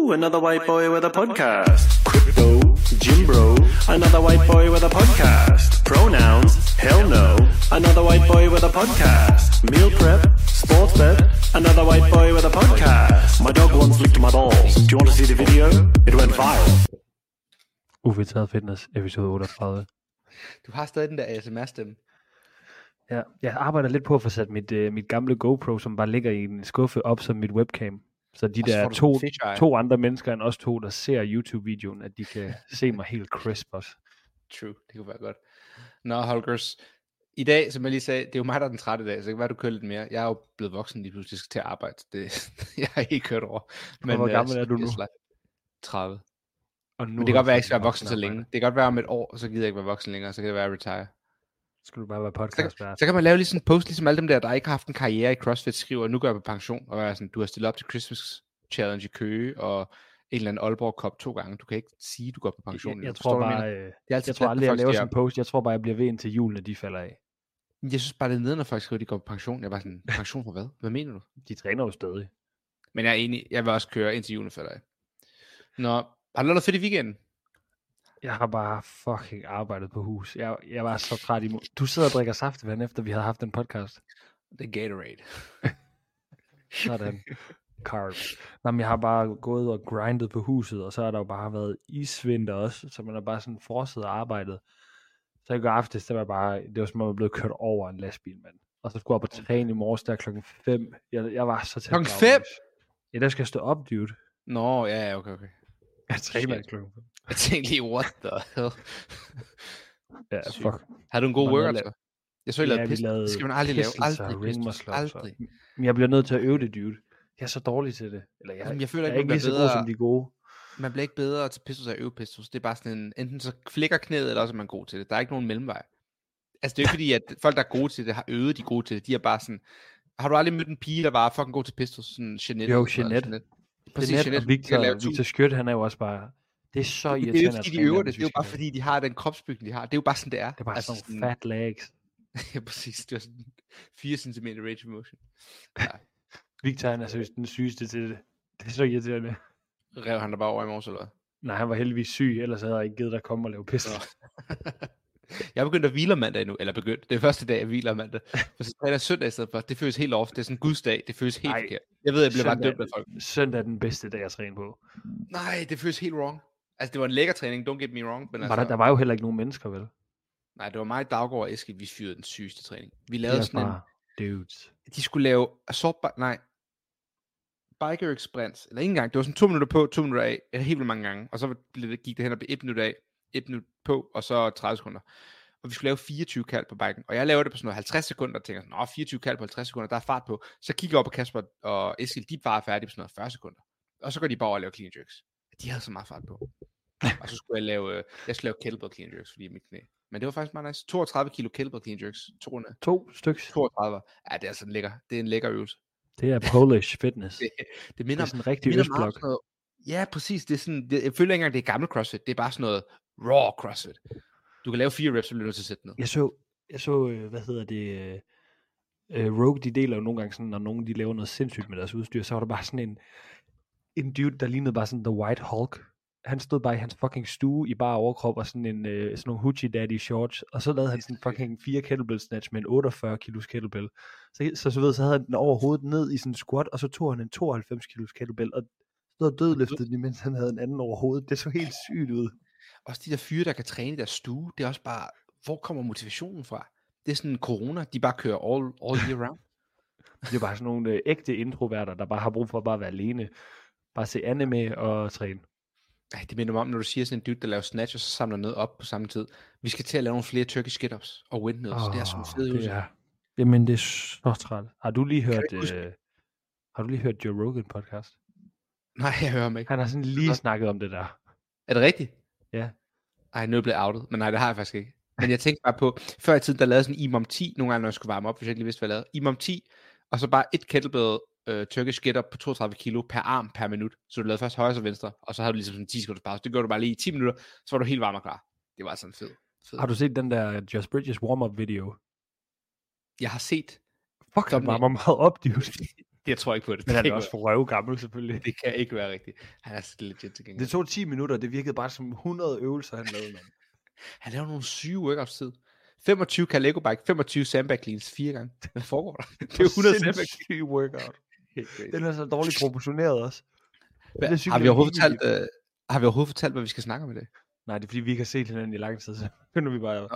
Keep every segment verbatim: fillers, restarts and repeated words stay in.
Ooh, another white boy with a podcast. Crypto, gym bro, another white boy with a podcast. Pronouns, hell no, another white boy with a podcast. Meal prep, sports bet, another white boy with a podcast. My dog once licked my balls. Do you want to see the video? It went viral. Uveteret Fitness, episode otteogtredive. Du har stadig den der A S M R-stemme. Ja, jeg arbejder lidt på at få sat mit, uh, mit gamle GoPro, som bare ligger i en skuffe, op som mit webcam. Så de der to, to andre mennesker end os to, der ser YouTube-videoen, at de kan se mig helt crisp også. True, det kunne være godt. Nå, Holgers, i dag, som jeg lige sagde, det er jo mig, der er den trætte dag, så det kan være, du kører lidt mere. Jeg er jo blevet voksen lige pludselig, skal til at arbejde. Det, jeg har ikke kørt over. Men, hvor gammel er du nu? tredive. Og nu Men det kan godt være, at jeg skal være voksen så længe. Det kan godt være om et år, så gider jeg ikke være voksen længere, så kan det være at retire. Skal du bare være podcast så, så kan man lave lige sådan en post, ligesom alle dem der, der ikke har haft en karriere i CrossFit, skriver, nu går jeg på pension, og er sådan, du har stillet op til Christmas Challenge i Køge, og en eller anden Aalborg Cup to gange. Du kan ikke sige, du går på pension. Jeg, jeg tror bare, jeg, jeg tror aldrig, jeg laver sådan en post. Jeg tror bare, jeg bliver ved indtil julen, når de falder af. Jeg synes bare, det er nede, når folk skriver, at de går på pension. Jeg er bare sådan, pension for hvad? Hvad mener du? De træner jo stadig. Men jeg er enig, jeg vil også køre indtil julen falder af. Nå, har du lavet noget fedt i weekenden? Jeg har bare fucking arbejdet på hus. Jeg, jeg var så træt imod. Du sidder og drikker saftevand, efter vi havde haft en podcast. Det er Gatorade. Sådan. Carbs. Nå, men jeg har bare gået og grindet på huset, og så har der jo bare været isvinter også, så man har bare sådan fortsat arbejdet. Så i går aftes, det var bare, det var som om jeg blev kørt over en lastbil, mand. Og så skulle jeg op og træne i morges der klokken fem. Jeg, jeg var så tæt. Klokken fem? Ja, der skal jeg stå op, dude. Nå, ja, ja, okay, okay. Jeg træner klokken fem. Jeg tænkte lige, what the hell? Ja, fuck. Har du en god workout så? Jeg så, I ja, lavede pist. Det skal man aldrig lave. Aldrig. Aldrig. Men jeg bliver nødt til at øve det, dude. Jeg er så dårlig til det. Eller jeg, Jamen, jeg føler jeg ikke, er ikke lige så god som de gode. Man bliver ikke bedre til pistols af at øve pistols. Det er bare sådan en, enten så flikker knæet, eller også er man god til det. Der er ikke nogen mellemvej. Altså det er ikke fordi, at folk, der er gode til det, har øvet de gode til det. De er bare sådan, har du aldrig mødt en pige, der var fucking god til pistols? Sådan Jeanette. Jo, Jeanette. Præcis, Jeanette og Victor, Victor Skjødt, han er jo også bare, det er så irriterende. Det er jo fordi, de øver det. Det er jo bare fordi, de har den kropsbygning, de har. Det er jo bare sådan, det er. Det er bare altså, sådan fat legs. Ja, præcis. Det er sådan fire centimeter range of motion. Ja. Victor, han er seriøst den sygeste til det. Det er så irriterende. Rev han der bare over i morges, eller hvad? Nej, han var heldigvis syg, ellers havde jeg ikke givet dig at komme og lave pistol. Jeg er begyndt at hvile mandag nu, eller begyndt. Det er første dag, jeg hviler mandag. For så træner jeg søndag i stedet for. Det føles helt off. Det er sådan en gudsdag. Det føles helt forkert. Jeg ved, jeg bliver søndag, bare dømt af folk. Søndag er den bedste dag at træne på. Nej, det føles helt wrong. Altså, det var en lækker træning. Don't get me wrong. Men altså, var der, der var jo heller ikke nogen mennesker, vel? Nej, det var mig, Daggaard og Eske, vi fyrede den sygeste træning. Vi lavede sådan en... Dudes. De skulle lave assault... Nej. Biker Express. Eller ikke engang. Det var sådan to minutter på, to minutter af. Eller helt vildt mange gange. Og så gik det hen og blev et minut af. Et minut på, og så tredive sekunder. Og vi skulle lave fireogtyve kald på biken. Og jeg lavede det på sådan noget halvtreds sekunder, og tænker sådan, nå, fireogtyve kald på halvtreds sekunder, der er fart på. Så kigger jeg op på Kasper og Eskild, de var færdige på sådan noget fyrre sekunder. Og så går de bare over og laver clean jerks. De havde så meget fart på. Og så skulle jeg lave, jeg skulle lave kettlebell clean jerks, fordi mit knæ. Men det var faktisk meget nice. toogtredive kilo kettlebell clean jerks. To runde. To stykker. toogtredive. Ja, det er altså en lækker. Det er en lækker øvelse. Det er Polish fitness. det, det minder det er sådan en rigtig østblok. Ja, præcis. Det er sådan, det, jeg føler ikke engang, det er gammel CrossFit. Det er bare sådan noget raw CrossFit. Du kan lave fire reps, så bliver du nødt til at sætte ned. Jeg så, jeg så, hvad hedder det, uh, Rogue, de deler jo nogle gange sådan, når nogen de laver noget sindssygt med deres udstyr, så var der bare sådan en, en dude, der lignede bare sådan The White Hulk. Han stod bare i hans fucking stue i bare overkrop og sådan en, uh, sådan nogle hoochie daddy shorts, og så lavede han sådan fucking fire kettlebell snatch med en otteogfyrre kilos kettlebell. Så, så, så, ved, så havde han den over hovedet ned i sådan en squat, og så tog han en tooghalvfems kilos kettlebell, og stod og dødløftede den, mens han havde en anden over hovedet. Det så helt sygt ud. Også de der fyre, der kan træne i deres stue, det er også bare, hvor kommer motivationen fra? Det er sådan corona, de bare kører all, all year round. Det er bare sådan nogle øh, ægte introverter, der bare har brug for at bare være alene. Bare se anime og træne. Ej, det minder mig om, når du siger sådan en dude, der laver snatch, og så samler noget op på samme tid. Vi skal til at lave nogle flere Turkish get-ups og windmills. Oh, det er sådan en fed øvelse. Jamen, det er så træt. Har du lige hørt, øh, har du lige hørt Joe Rogan podcast? Nej, jeg hører mig ikke. Han har sådan lige snakket om det der. Er det rigtigt? Ja. Ej, nu er jeg blevet outet, men nej, det har jeg faktisk ikke. Men jeg tænkte bare på, før i tiden, der lavede sådan en imam ti, nogle gange, når jeg skulle varme op, hvis jeg ikke lige vidste, hvad jeg lavede. imam ti, og så bare et kettlebell uh, Turkish get-up på toogtredive kilo per arm per minut. Så du lavede først højre og venstre, og så havde du ligesom sådan ti sekunder pause. Det gjorde du bare lige i ti minutter, så var du helt varm og klar. Det var sådan fed. fed. Har du set den der Just Bridges warm-up video? Jeg har set. Fuck, han varmer meget op, dude. Det Jeg tror ikke på det. Men han det er også for røv gammel, selvfølgelig. Det kan ikke være rigtigt. Han er så legit til gengæld. Det tog ti minutter, det virkede bare som hundrede øvelser, han lavede, mand. Han laver nogle syge workouts tid. femogtyve kan Lego bike, femogtyve sandbag cleans fire gange. Hvad foregår der? Det er hundrede sandbag cleans. workout. Den er så dårligt proportioneret også. Hva, har, vi overhovedet fortalt, øh, har vi overhovedet fortalt, hvad vi skal snakke om i dag? Nej, det er fordi, vi ikke har set hinanden i lang tid, så finder vi bare... ja,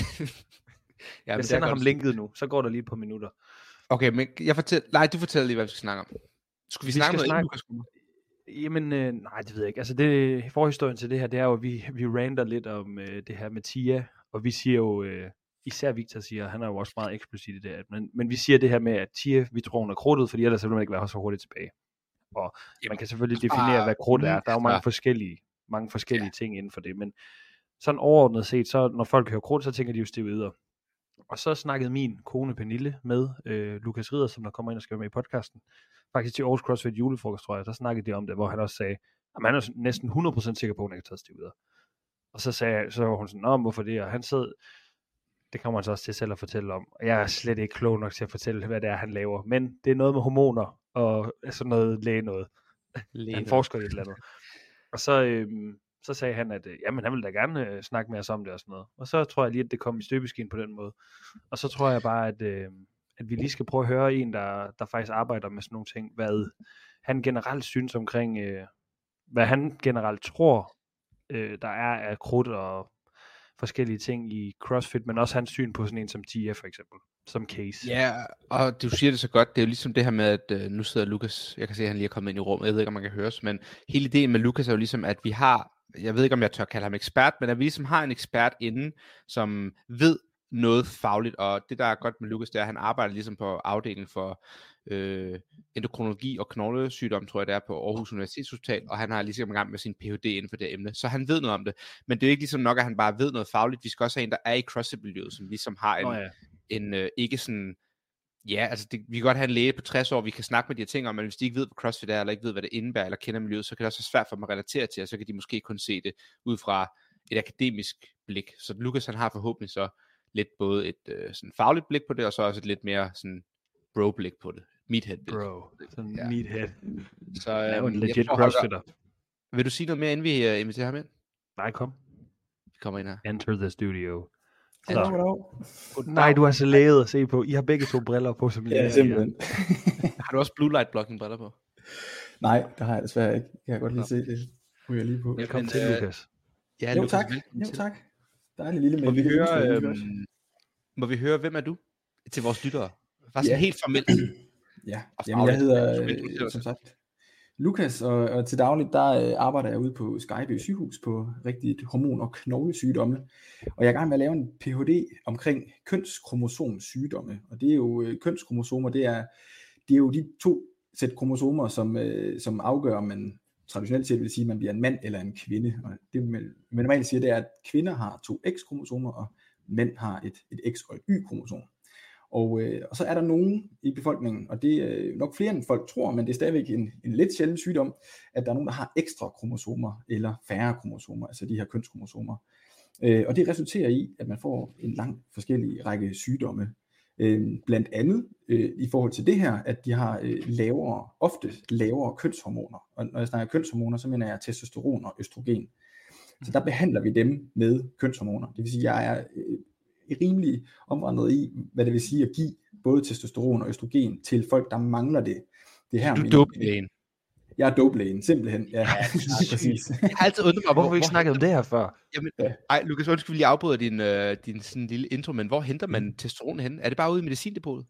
jeg sender ham linket nu, så går der lige et par minutter. Okay, men jeg fortæller... Nej, du fortæller lige, hvad vi skal snakke om. Skulle vi, vi snakke om noget, snakke... Jamen, øh, nej, det ved jeg ikke. Altså, det, forhistorien til det her, det er jo, at vi, vi ranter lidt om øh, det her med Tia, og vi siger jo, øh, især Victor siger, han er jo også meget eksplicit i det, men, men vi siger det her med, at Tia, vi tror, hun er krudtet, fordi ellers vil man ikke være så hurtigt tilbage. Og jamen, man kan selvfølgelig definere, hvad krudt er. Der er jo mange forskellige, mange forskellige ja. ting inden for det, men sådan overordnet set, så når folk hører krudt, så tænker de jo steroider. Og så snakkede min kone Pernille med øh, Lukas Ridder, som der kommer ind og skal være med i podcasten. Faktisk til Aarhus CrossFit julefrokost, tror jeg, der snakkede de om det, hvor han også sagde, at han er næsten hundrede procent sikker på, at hun ikke har taget steroider. Og så sagde jeg, så var hun sådan, nå, hvorfor det? Og han sad, det kommer han så også til selv at fortælle om. Og jeg er slet ikke klog nok til at fortælle, hvad det er, han laver. Men det er noget med hormoner, og sådan noget læge noget. Læge han forsker i et eller andet. Og så, øhm, så sagde han, at øh, jamen, han ville da gerne øh, snakke med os om det og sådan noget. Og så tror jeg lige, at det kom i støbeskeen på den måde. Og så tror jeg bare, at, øh, at vi lige skal prøve at høre en, der, der faktisk arbejder med sådan nogle ting, hvad han generelt synes omkring, øh, hvad han generelt tror, øh, der er af krudt og forskellige ting i CrossFit, men også hans syn på sådan en som T F for eksempel, som case. Ja, og du siger det så godt, det er jo ligesom det her med, at øh, nu sidder Lukas, jeg kan se, at han lige er kommet ind i rummet, jeg ved ikke, om man kan høres, men hele ideen med Lukas er jo ligesom, at vi har, jeg ved ikke, om jeg tør kalde ham ekspert, men at vi ligesom har en ekspert inden, som ved noget fagligt, og det, der er godt med Lukas, det er, at han arbejder ligesom på afdelingen for øh, endokrinologi og knoglesygdom, tror jeg det er, på Aarhus Universitetshospital, og han har ligesom i gang med sin P H D inden for det emne, så han ved noget om det, men det er ikke ligesom nok, at han bare ved noget fagligt, vi skal også have en, der er i CrossFit-miljøet, som ligesom har en, oh, ja. en øh, ikke sådan, ja, altså det, vi kan godt have en læge på tres år, vi kan snakke med de her ting om, men hvis de ikke ved, hvad CrossFit er, eller ikke ved, hvad det indebærer, eller kender miljøet, så kan det også være svært for dem at relatere til, og så kan de måske kun se det ud fra et akademisk blik, så Lukas han har forhåbentlig så lidt både et øh, sådan fagligt blik på det, og så også et lidt mere sådan bro-blik på det. Meathead-blik. Bro, sådan ja. Meathead. Så øh, ja, en legit crossfitter. Vil du sige noget mere, inden vi uh, inviterer ham ind? Nej, kom. Vi kommer ind her. Enter the studio. Hello, hello. Nej, du er så læget at se på. I har begge to briller på, som ja, simpelthen. Har du også blue light blocking briller på? Nej, det har jeg desværre ikke. Jeg kan godt lige se det. Nu er jeg lige på. Velkommen til, øh, Lukas. Ja, jo, Lukas, tak. Jo, tak. Dejlig lille med. Må vi, høre, øhm, må vi høre, hvem er du til vores lyttere? Faktisk ja. helt formelt. Ja, jamen, jeg hedder, øh, som sagt, Lukas, og, og til dagligt, der øh, arbejder jeg ude på Skyby sygehus på rigtigt hormon- og knoglesygdomme. Og jeg er i gang med at lave en P H D omkring kønskromosomsygdomme. Og det er jo, øh, kønskromosomer, det er, det er jo de to sæt kromosomer, som, øh, som afgør, om man traditionelt set vil sige, at man bliver en mand eller en kvinde. Og det man normalt siger, det er, at kvinder har to X-kromosomer, og mænd har et, et X og et Y-kromosom. Og, øh, og så er der nogen i befolkningen, og det er nok flere end folk tror, men det er stadigvæk en, en lidt sjælden sygdom, at der er nogen, der har ekstra kromosomer eller færre kromosomer, altså de her kønskromosomer. Øh, og det resulterer i, at man får en lang forskellig række sygdomme. Øh, blandt andet øh, i forhold til det her, at de har øh, lavere, ofte lavere kønshormoner. Og når jeg snakker kønshormoner, så mener jeg testosteron og østrogen. Så der behandler vi dem med kønshormoner. Det vil sige, at jeg er øh, rimelig omvandret i, hvad det vil sige at give både testosteron og østrogen til folk, der mangler det. Det her du er dope-lægen. Jeg er dope-lægen, simpelthen. Ja, ja præcis. Jeg har altid undret mig, hvorfor vi ikke snakket om det her før? Jamen, ja. Ej, Lukas, undskyld, vi lige afbryder din, øh, din sådan lille intro, men hvor henter man mm. testosteron hen? Er det bare ude i medicindepotet?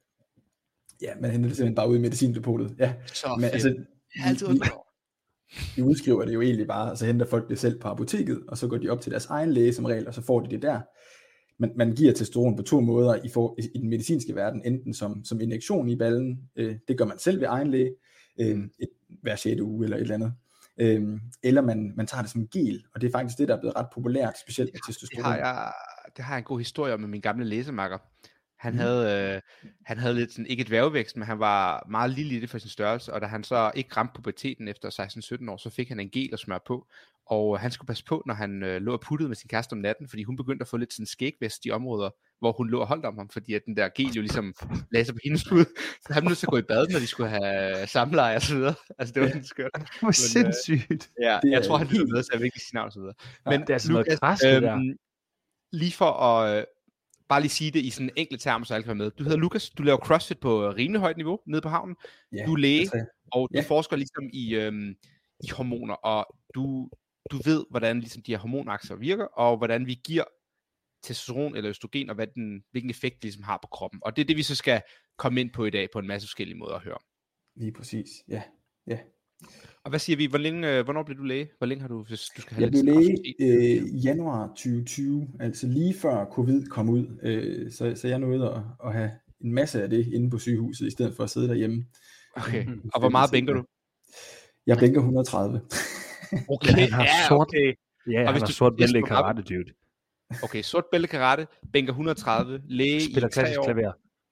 Ja, man henter det simpelthen bare ude i medicindepotet. Ja. Så men, altså, jeg har altid undret mig. Vi udskriver det jo egentlig bare, og så henter folk det selv på apoteket, og så går de op til deres egen læge som regel, og så får de det der. Man, man giver testosteron på to måder i, for, i den medicinske verden, enten som, som injektion i ballen, øh, det gør man selv ved egen læge, øh, et, hver sjette uge eller et eller andet, øh, eller man, man tager det som gel, og det er faktisk det, der er blevet ret populært, specielt med testosteron. Det har jeg, det har jeg en god historie om med min gamle læsemakker. Han, Mm. havde, øh, han havde lidt sådan, ikke et dværgvækst, men han var meget lille i det for sin størrelse, og da han så ikke ramte puberteten efter seksten sytten år, så fik han en gel at smøre på, og han skulle passe på, når han øh, lå og puttede med sin kæreste om natten, fordi hun begyndte at få lidt sådan skægvæst i områder, hvor hun lå og holdt om ham, fordi at den der gel jo ligesom lagde sig på hendes hud, så han blev nødt til at gå i bad, når de skulle have samleje og så videre. Altså det var sådan skørt. Det var sindssygt. Øh, ja, jeg tror han lyttede med, så jeg vil ikke sige navn og så videre. Men det er sådan Lukas, noget kras, det der. øhm, lige for at øh, bare lige sige det i sådan en enkelt term, så alle kan være med. Du hedder Lukas, du laver CrossFit på rimelig højt niveau nede på havnen. Ja, du er læge, altså, og du ja. forsker ligesom i, øhm, i hormoner, og du, du ved, hvordan ligesom de her hormonakser virker, og hvordan vi giver testosteron eller østrogen, og hvad den, hvilken effekt det ligesom har på kroppen. Og det er det, vi så skal komme ind på i dag, på en masse forskellige måder at høre. Lige præcis, ja. ja. Og hvad siger vi, hvor længe, øh, hvornår blev du læge? Hvor længe har du, hvis du skal have Jeg blev lidt læge øh, i januar tyve tyve, altså lige før covid kom ud, øh, så, så jeg nåede at, at have en masse af det inde på sygehuset, i stedet for at sidde derhjemme. Okay, mm. og hvor meget bænker du? Jeg bænker et hundrede og tredive. Okay, han har ja, sort, okay. Ja, og han hvis har du, sort bælte i hvis du har- karate, dude. Okay, sort bælte karate, bænker et hundrede og tredive, læge Spiller i tre klassisk år, klaver.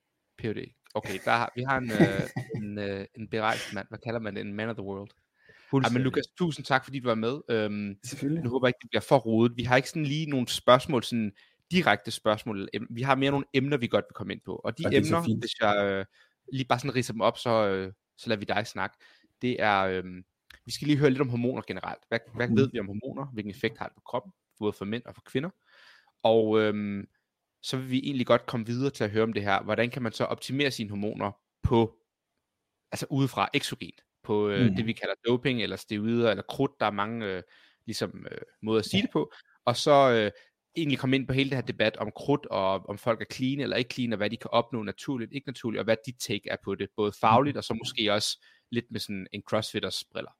P H D. Okay, der har, vi har en, øh, en, øh, en berejst mand, hvad kalder man det, en man of the world. Ej, men Lukas, tusind tak, fordi du var med. Øhm, Selvfølgelig. nu håber jeg ikke, det bliver for rodet. Vi har ikke sådan lige nogle spørgsmål, sådan direkte spørgsmål. eller em- Vi har mere nogle emner, vi godt vil komme ind på. Og de Og det er så emner, fint. hvis jeg øh, lige bare sådan ridser dem op, så, øh, så lader vi dig snakke. Det er, øh, vi skal lige høre lidt om hormoner generelt. Hvad, hvad Mm. ved vi om hormoner? Hvilken effekt har det på kroppen? Både for mænd og for kvinder. Og øh, så vil vi egentlig godt komme videre til at høre om det her. Hvordan kan man så optimere sine hormoner på, altså udefra, eksogent, på øh, Mm. det vi kalder doping, eller steroider, eller krudt. Der er mange øh, ligesom, øh, måder at sige det på. Og så øh, egentlig komme ind på hele det her debat om krudt, og om folk er clean eller ikke clean, og hvad de kan opnå naturligt, ikke naturligt, og hvad dit take er på det, både fagligt, og så måske også lidt med sådan en crossfitters briller.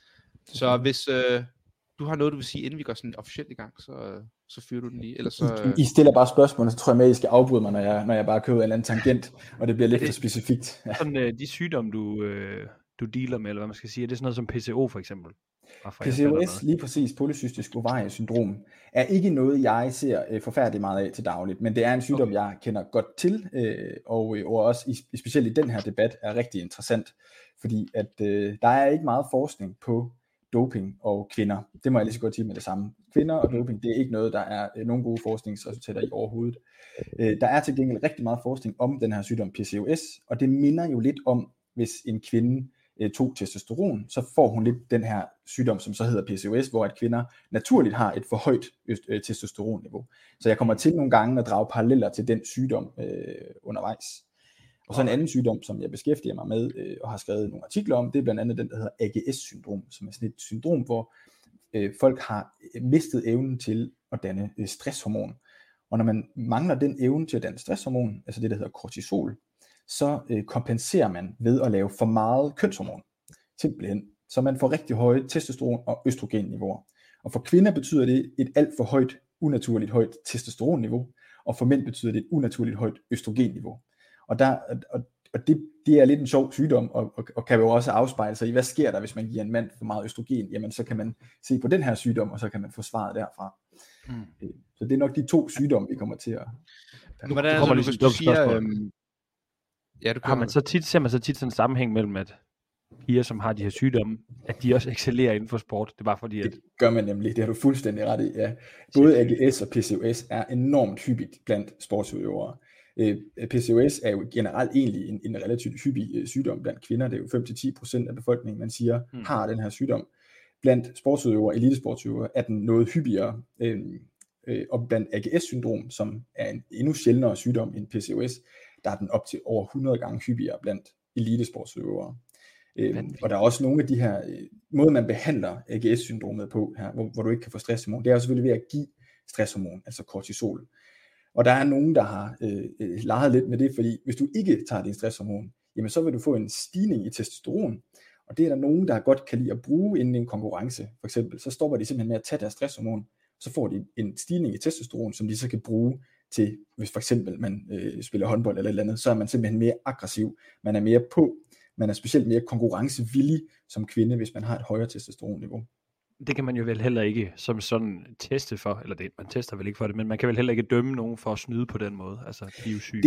Så hvis øh, du har noget, du vil sige, inden vi går sådan officielt i gang, så, øh, så fyrer du den lige. Ellers så, øh, I stiller bare spørgsmål, så tror jeg med, at I skal afbryde mig, når jeg, når jeg bare kører en eller anden tangent, og det bliver lidt det- for specifikt. Ja. Sådan, øh, de sygdomme, du, øh, du dealer med, eller hvad man skal sige, er det sådan noget som P C O for eksempel? Bare for P at C jeg O fatter S, noget. lige præcis polycystisk ovariesyndrom, er ikke noget, jeg ser øh, forfærdeligt meget af til dagligt, men det er en sygdom, Okay. jeg kender godt til, øh, og, øh, og også i, specielt i den her debat er rigtig interessant, fordi at øh, der er ikke meget forskning på doping og kvinder. Det må jeg lige så godt sige med det samme. Kvinder og doping, det er ikke noget, der er øh, nogen gode forskningsresultater i overhovedet. Øh, der er til gengæld rigtig meget forskning om den her sygdom P C O S, og det minder jo lidt om, hvis en kvinde øh, tog testosteron, så får hun lidt den her sygdom, som så hedder P C O S, hvor at kvinder naturligt har et for højt øh, testosteronniveau. Så jeg kommer til nogle gange at drage paralleller til den sygdom øh, undervejs. Og så en anden sygdom, som jeg beskæftiger mig med øh, og har skrevet nogle artikler om, det er blandt andet den, der hedder A G S-syndrom, som er sådan et syndrom, hvor øh, folk har mistet evnen til at danne øh, stresshormon. Og når man mangler den evne til at danne stresshormon, altså det, der hedder kortisol, så øh, kompenserer man ved at lave for meget kønshormon. Simpelthen. Så man får rigtig høje testosteron- og østrogenniveauer. Og for kvinder betyder det et alt for højt, unaturligt højt testosteronniveau, og for mænd betyder det et unaturligt højt østrogenniveau. Og, der, og, og det, det er lidt en sjov sygdom, og, og, og kan jo også afspejle sig i, hvad sker der, hvis man giver en mand for meget østrogen? Jamen, så kan man se på den her sygdom, og så kan man få svaret derfra. Mm. Så det er nok de to sygdomme, vi kommer til at... nu, hvordan er kommer det, lige så, sådan hvis et du dumt siger... spørgsmål. Øhm, ja, du Har man så tit, ser man så tit sådan en sammenhæng mellem, at piger, som har de her sygdomme, at de også excellerer inden for sport? Det er bare fordi, at... Det gør man nemlig, det har du fuldstændig ret i. Ja. Både A G S og P C O S er enormt hyppigt blandt sportsudøvere. P C O S er jo generelt egentlig en, en relativt hyppig sygdom blandt kvinder. Det er jo fem til ti procent af befolkningen, man siger, hmm. har den her sygdom. Blandt sportsudøvere, elitesportsudøvere, er den noget hyppigere. Øh, øh, og blandt A G S-syndrom, som er en endnu sjældnere sygdom end P C O S, der er den op til over hundrede gange hyppigere blandt elitesportsudøvere. Øh, og der er også nogle af de her øh, måder, man behandler A G S-syndromet på, her, hvor, hvor du ikke kan få stresshormon. Det er jo selvfølgelig ved at give stresshormon, altså kortisol. Og der er nogen, der har øh, øh, leget lidt med det, fordi hvis du ikke tager din stresshormon, jamen så vil du få en stigning i testosteron. Og det er der nogen, der godt kan lide at bruge inden en konkurrence. For eksempel, så stopper de simpelthen med at tage deres stresshormon, så får de en stigning i testosteron, som de så kan bruge til, hvis for eksempel man øh, spiller håndbold eller et eller andet, så er man simpelthen mere aggressiv, man er mere på, man er specielt mere konkurrencevillig som kvinde, hvis man har et højere testosteronniveau. Det kan man jo vel heller ikke som sådan teste for, eller det, man tester vel ikke for det, men man kan vel heller ikke dømme nogen for at snyde på den måde, altså de er jo syge. Det,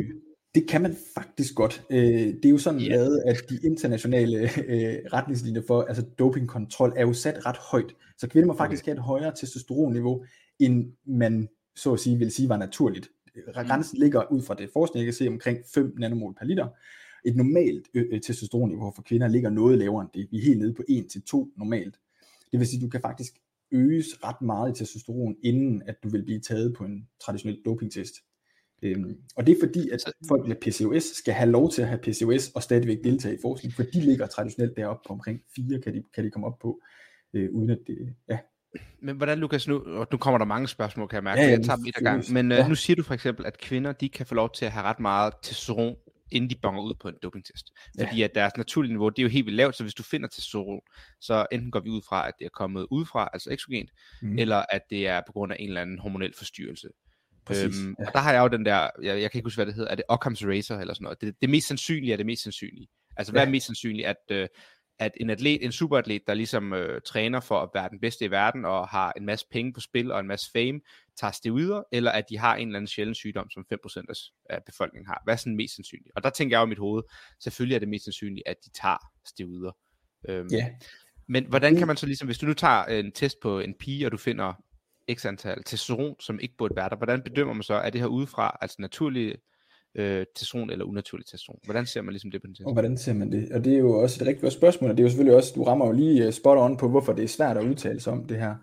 Det kan man faktisk godt. Øh, det er jo sådan Ja. lavet, at de internationale øh, retningslinjer for altså dopingkontrol er jo sat ret højt. Så kvinder må faktisk have et højere testosteronniveau, end man så at sige vil sige var naturligt. Grænsen ligger ud fra det forskning, jeg kan se, omkring fem nanomol per liter. Et normalt øh, testosteronniveau for kvinder ligger noget lavere end det. Vi er helt nede på en til to normalt. Det vil sige, at du kan faktisk øges ret meget i testosteron, inden at du vil blive taget på en traditionel dopingtest. Øhm, og det er fordi, at folk med P C O S skal have lov til at have P C O S og stadigvæk deltage i forskning, for de ligger traditionelt deroppe på omkring fire, kan de, kan de komme op på, øh, uden at det, ja. Men hvordan, Lukas, nu, og nu kommer der mange spørgsmål, kan jeg mærke, Ja, ja, jeg tager dem et ad gang, men ja. øh, nu siger du for eksempel, at kvinder, de kan få lov til at have ret meget testosteron, inden de bonger ud på en dopingtest. Fordi ja. at deres naturlige niveau, det er jo helt vildt lavt, så hvis du finder testosteron, så enten går vi ud fra, at det er kommet udefra, altså eksogent, mm. eller at det er på grund af en eller anden hormonel forstyrrelse. Øhm, ja. Og der har jeg jo den der, jeg, jeg kan ikke huske, hvad det hedder, er det Occam's Razor eller sådan noget? Det, det mest sandsynlige er det mest sandsynlige. Altså hvad ja. er mest sandsynligt, at, øh, at en atlet, en superatlet, der ligesom øh, træner for at være den bedste i verden, og har en masse penge på spil, og en masse fame, tager steroider, eller at de har en eller anden sjælden sygdom, som fem procent af befolkningen har. Hvad er sådan mest sandsynligt? Og der tænker jeg jo i mit hoved, selvfølgelig er det mest sandsynligt, at de tager steroider. Øhm, ja. Men hvordan kan man så ligesom, hvis du nu tager en test på en pige, og du finder x antal testosteron, som ikke burde være der, hvordan bedømmer man så, er det her udefra, altså naturlig øh, testosteron eller unaturlig testosteron? Hvordan ser man ligesom det på den test? Og hvordan ser man det? Og det er jo også et rigtig godt spørgsmål, og det er jo selvfølgelig også, du rammer jo lige spot on på, hvorfor det er svært at udtale sig om det her.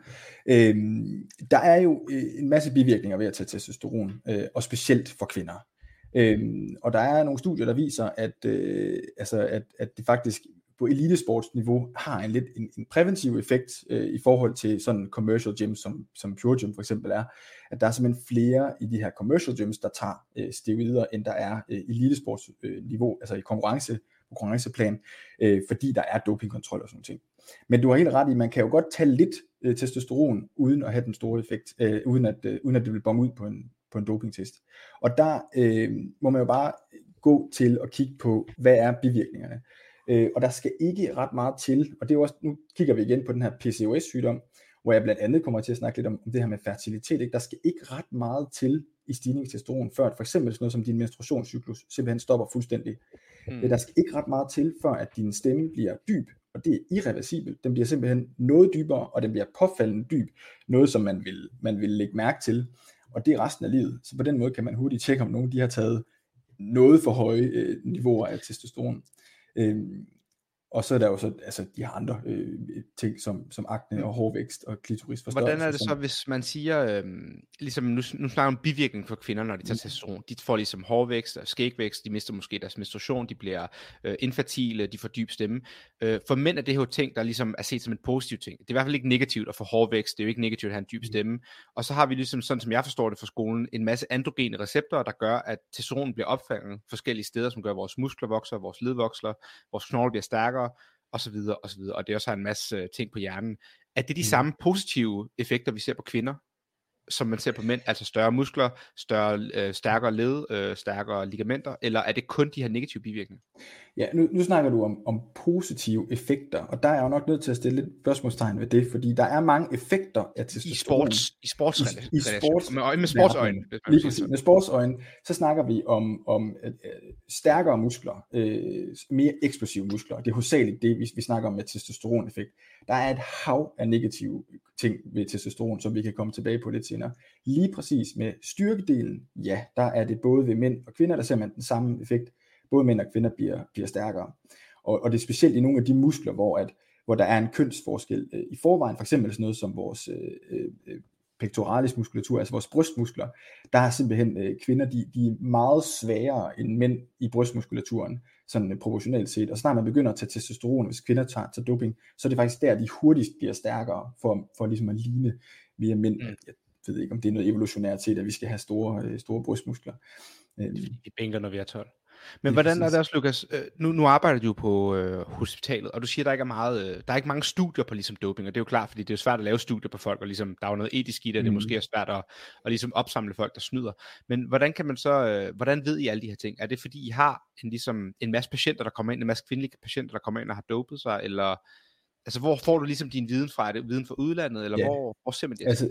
Øhm, der er jo en masse bivirkninger ved at tage testosteron, øh, og specielt for kvinder. Øhm, og der er nogle studier, der viser, at, øh, altså, at, at det faktisk på elitesportsniveau har en lidt en, en præventiv effekt øh, i forhold til sådan commercial gyms, som, som Pure Gym for eksempel er, at der er simpelthen flere i de her commercial gyms, der tager øh, steroider, end der er øh, elitesportsniveau, øh, altså i konkurrence, på konkurrenceplan, øh, fordi der er dopingkontrol og sådan ting. Men du har helt ret i, man kan jo godt tage lidt øh, testosteron, uden at have den store effekt, øh, uden, at, øh, uden at det vil bonge ud på en, på en dopingtest. Og der øh, må man jo bare gå til at kigge på, hvad er bivirkningerne. Øh, og der skal ikke ret meget til, og det er også, nu kigger vi igen på den her P C O S-sygdom, hvor jeg blandt andet kommer til at snakke lidt om, om det her med fertilitet. Ikke? Der skal ikke ret meget til i stigning i testosteron, før at for eksempel sådan noget som din menstruationscyklus simpelthen stopper fuldstændig. Mm. Der skal ikke ret meget til, før at din stemme bliver dyb, og det er irreversibelt. Den bliver simpelthen noget dybere, og den bliver påfaldende dyb, noget som man vil, man vil lægge mærke til, og det er resten af livet. Så på den måde kan man hurtigt tjekke, om nogen de har taget noget for høje øh, niveauer af testosteron. Øhm, og så er der jo så altså de her andre øh, ting som, som akne og hårvækst og klitorisforstørrelse. Hvordan er det så, hvis man siger, øh, ligesom nu, nu snakker om bivirkning for kvinder, når de tager testosteron, de får ligesom hårvækst og skægvækst, de mister måske deres menstruation, de bliver øh, infertile, de får dyb stemme. Øh, for mænd er det jo ting, der ligesom er set som en positiv ting. Det er i hvert fald ikke negativt at få hårvækst, det er jo ikke negativt at have en dyb stemme. Og så har vi ligesom, sådan som jeg forstår det fra skolen, en masse androgene receptorer, der gør, at testosteron bliver opfanget forskellige steder, som gør, at vores muskler vokser, vores led vokser, vores knogle bliver stærkere, og så videre, og så videre. Og det også har en masse uh, ting på hjernen. Er det de mm. samme positive effekter, vi ser på kvinder, som man ser på mænd? Altså større muskler, større, øh, stærkere led, øh, stærkere ligamenter, eller er det kun de her negative bivirkninger? Ja, nu, nu snakker du om, om positive effekter, og der er jeg jo nok nødt til at stille lidt spørgsmålstegn ved det, fordi der er mange effekter af testosteron. I sports, i sportsrelation. I, i sports, med, med sportsøjne. Lige præcis, med sportsøjne, så snakker vi om, om øh, stærkere muskler, øh, mere eksplosive muskler. Det er hovedsageligt det, vi, vi snakker om med testosteroneffekt. Der er et hav af negative ting ved testosteron, som vi kan komme tilbage på lidt senere. Lige præcis med styrkedelen, ja, der er det både ved mænd og kvinder, der ser man den samme effekt. Både mænd og kvinder bliver, bliver stærkere. Og, og det er specielt i nogle af de muskler, hvor, at, hvor der er en kønsforskel øh, i forvejen, for eksempel sådan noget som vores øh, øh, pectoralis muskulatur, altså vores brystmuskler, der er simpelthen øh, kvinder, de, de er meget svagere end mænd i brystmuskulaturen, sådan øh, proportionalt set. Og snart man begynder at tage testosteron, hvis kvinder tager, tager doping, så er det faktisk der, de hurtigst bliver stærkere, for, for ligesom at ligne via mænd. Mm. Jeg ved ikke, om det er noget evolutionært set, at vi skal have store, øh, store brystmuskler. Øh, vi bænker, når vi er tolv. Men hvordan er det også, Lukas? Nu, nu arbejder du jo på øh, hospitalet, og du siger, at der ikke er meget, øh, der er ikke mange studier på ligesom doping, og det er jo klart, fordi det er jo svært at lave studier på folk, og ligesom, der er jo noget etisk i det, og det er måske er svært at, at ligesom opsamle folk, der snyder. Men hvordan kan man så, øh, hvordan ved I alle de her ting? Er det fordi, I har en, ligesom, en masse patienter, der kommer ind, en masse kvindelige patienter, der kommer ind og har dopet sig, eller altså, hvor får du ligesom din viden fra? Er det viden fra udlandet, eller ja. hvor, hvor ser man det? Altså,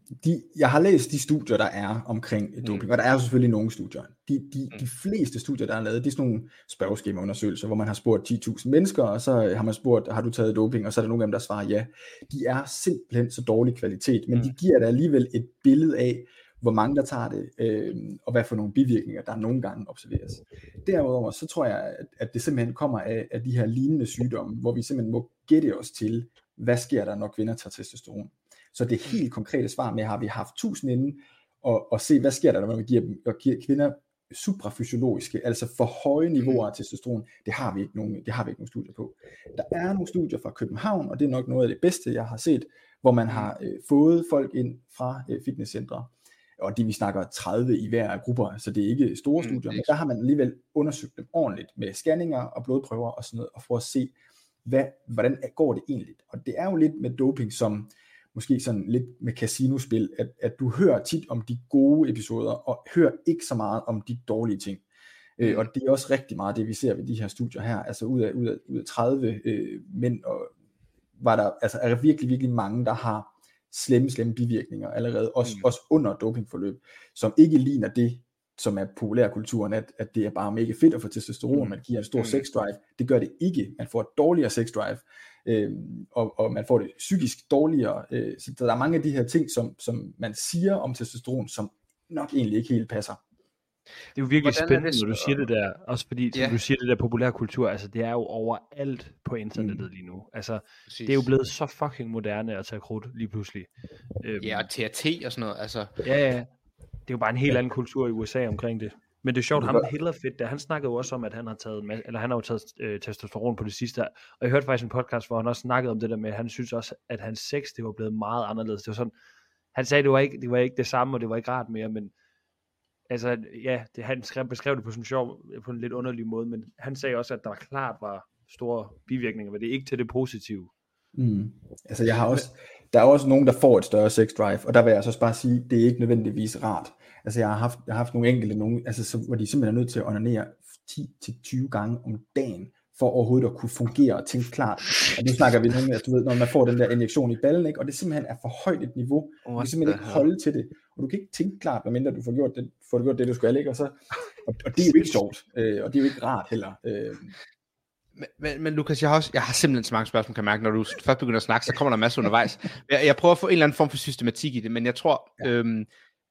de, jeg har læst de studier, der er omkring doping, mm. og der er selvfølgelig nogle studier. De, de, de fleste studier, der er lavet, det er sådan nogle spørgeskemaundersøgelser, hvor man har spurgt ti tusind mennesker, og så har man spurgt, har du taget doping, og så er der nogle af dem, der svarer ja. De er simpelthen så dårlig kvalitet, men mm. de giver da alligevel et billede af, hvor mange der tager det, øh, og hvad for nogle bivirkninger, der nogle gange observeres. Derudover, så tror jeg, at det simpelthen kommer af, af de her lignende sygdomme, hvor vi simpelthen må gætte os til, hvad sker der, når kvinder tager testosteron. Så det helt konkrete svar med, har vi haft tusind inden, og, og se, hvad sker der, når vi giver, dem, og giver kvinder suprafysiologiske, altså for høje niveauer af testosteron, det har vi ikke nogen, det har vi ikke nogen studier på. Der er nogle studier fra København, og det er nok noget af det bedste, jeg har set, hvor man har øh, fået folk ind fra øh, fitnesscentre, og de vi snakker tredive i hver af grupper, så det er ikke store studier, mm, men der har man alligevel undersøgt dem ordentligt med scanninger og blodprøver og sådan noget, og for at se, hvad, hvordan går det egentlig. Og det er jo lidt med doping, som måske sådan lidt med casinospil, at, at du hører tit om de gode episoder, og hører ikke så meget om de dårlige ting. Mm. Øh, og det er også rigtig meget det, vi ser ved de her studier her, altså ud af, ud af, ud af tredive øh, mænd, og var der, altså er der virkelig, virkelig mange, der har slemme, slemme bivirkninger allerede, også, mm. også under dopingforløb, som ikke ligner det, som er populærkulturen, at, at det er bare mega fedt at få testosteron, mm. man giver en stor mm. sex drive. Det gør det ikke. Man får et dårligere sex drive, øh, og, og man får det psykisk dårligere. Øh, så der er mange af de her ting, som, som man siger om testosteron, som nok egentlig ikke helt passer. Det er jo virkelig Hvordan spændende, når du siger det der, også fordi, som yeah. du siger det der populærkultur, altså det er jo overalt på internettet mm. lige nu. Altså, Præcis. Det er jo blevet så fucking moderne at tage krudt lige pludselig. Ja, og T R T og sådan noget, altså. Ja, ja. Det er jo bare en helt ja. anden kultur i U S A omkring det. Men det er sjovt, ham Hiller Fedt, der han snakkede jo også om, at han har taget, eller han har jo taget øh, testosteron på det sidste. Og jeg hørte faktisk en podcast, hvor han også snakkede om det der med, at han synes også, at hans sex, det var blevet meget anderledes. Det var sådan, han sagde, det var ikke det, var ikke det samme, og det var ikke rart mere, men altså, ja, det, han skrev, beskrev det på sådan en sjov, på en lidt underlig måde, men han sagde også, at der klart var store bivirkninger, men det er ikke til det positive. Mm. Altså, jeg har også, der er også nogen, der får et større sex drive, og der vil jeg så bare sige, det er ikke nødvendigvis rart. Altså, jeg har haft, jeg har haft nogle enkelte, nogen, altså, så, hvor de simpelthen er nødt til at onanere ti til tyve gange om dagen, for overhovedet at kunne fungere og tænke klart. Og nu snakker vi nogle, altså, du ved, når man får den der injektion i ballen, ikke? Og det simpelthen er for højt et niveau, du kan simpelthen ikke holde til det, og du kan ikke tænke klart, medmindre du får gjort det, får du gjort det, du skal, ikke? Og, så, og, og det er jo ikke sjovt, øh, og det er jo ikke rart heller. Øh. Men, men, men Lukas, jeg har, også, jeg har simpelthen så mange spørgsmål, kan jeg mærke, når du først begynder at snakke, så kommer der masser undervejs. Jeg, jeg prøver at få en eller anden form for systematik i det, men jeg tror, ja. øhm,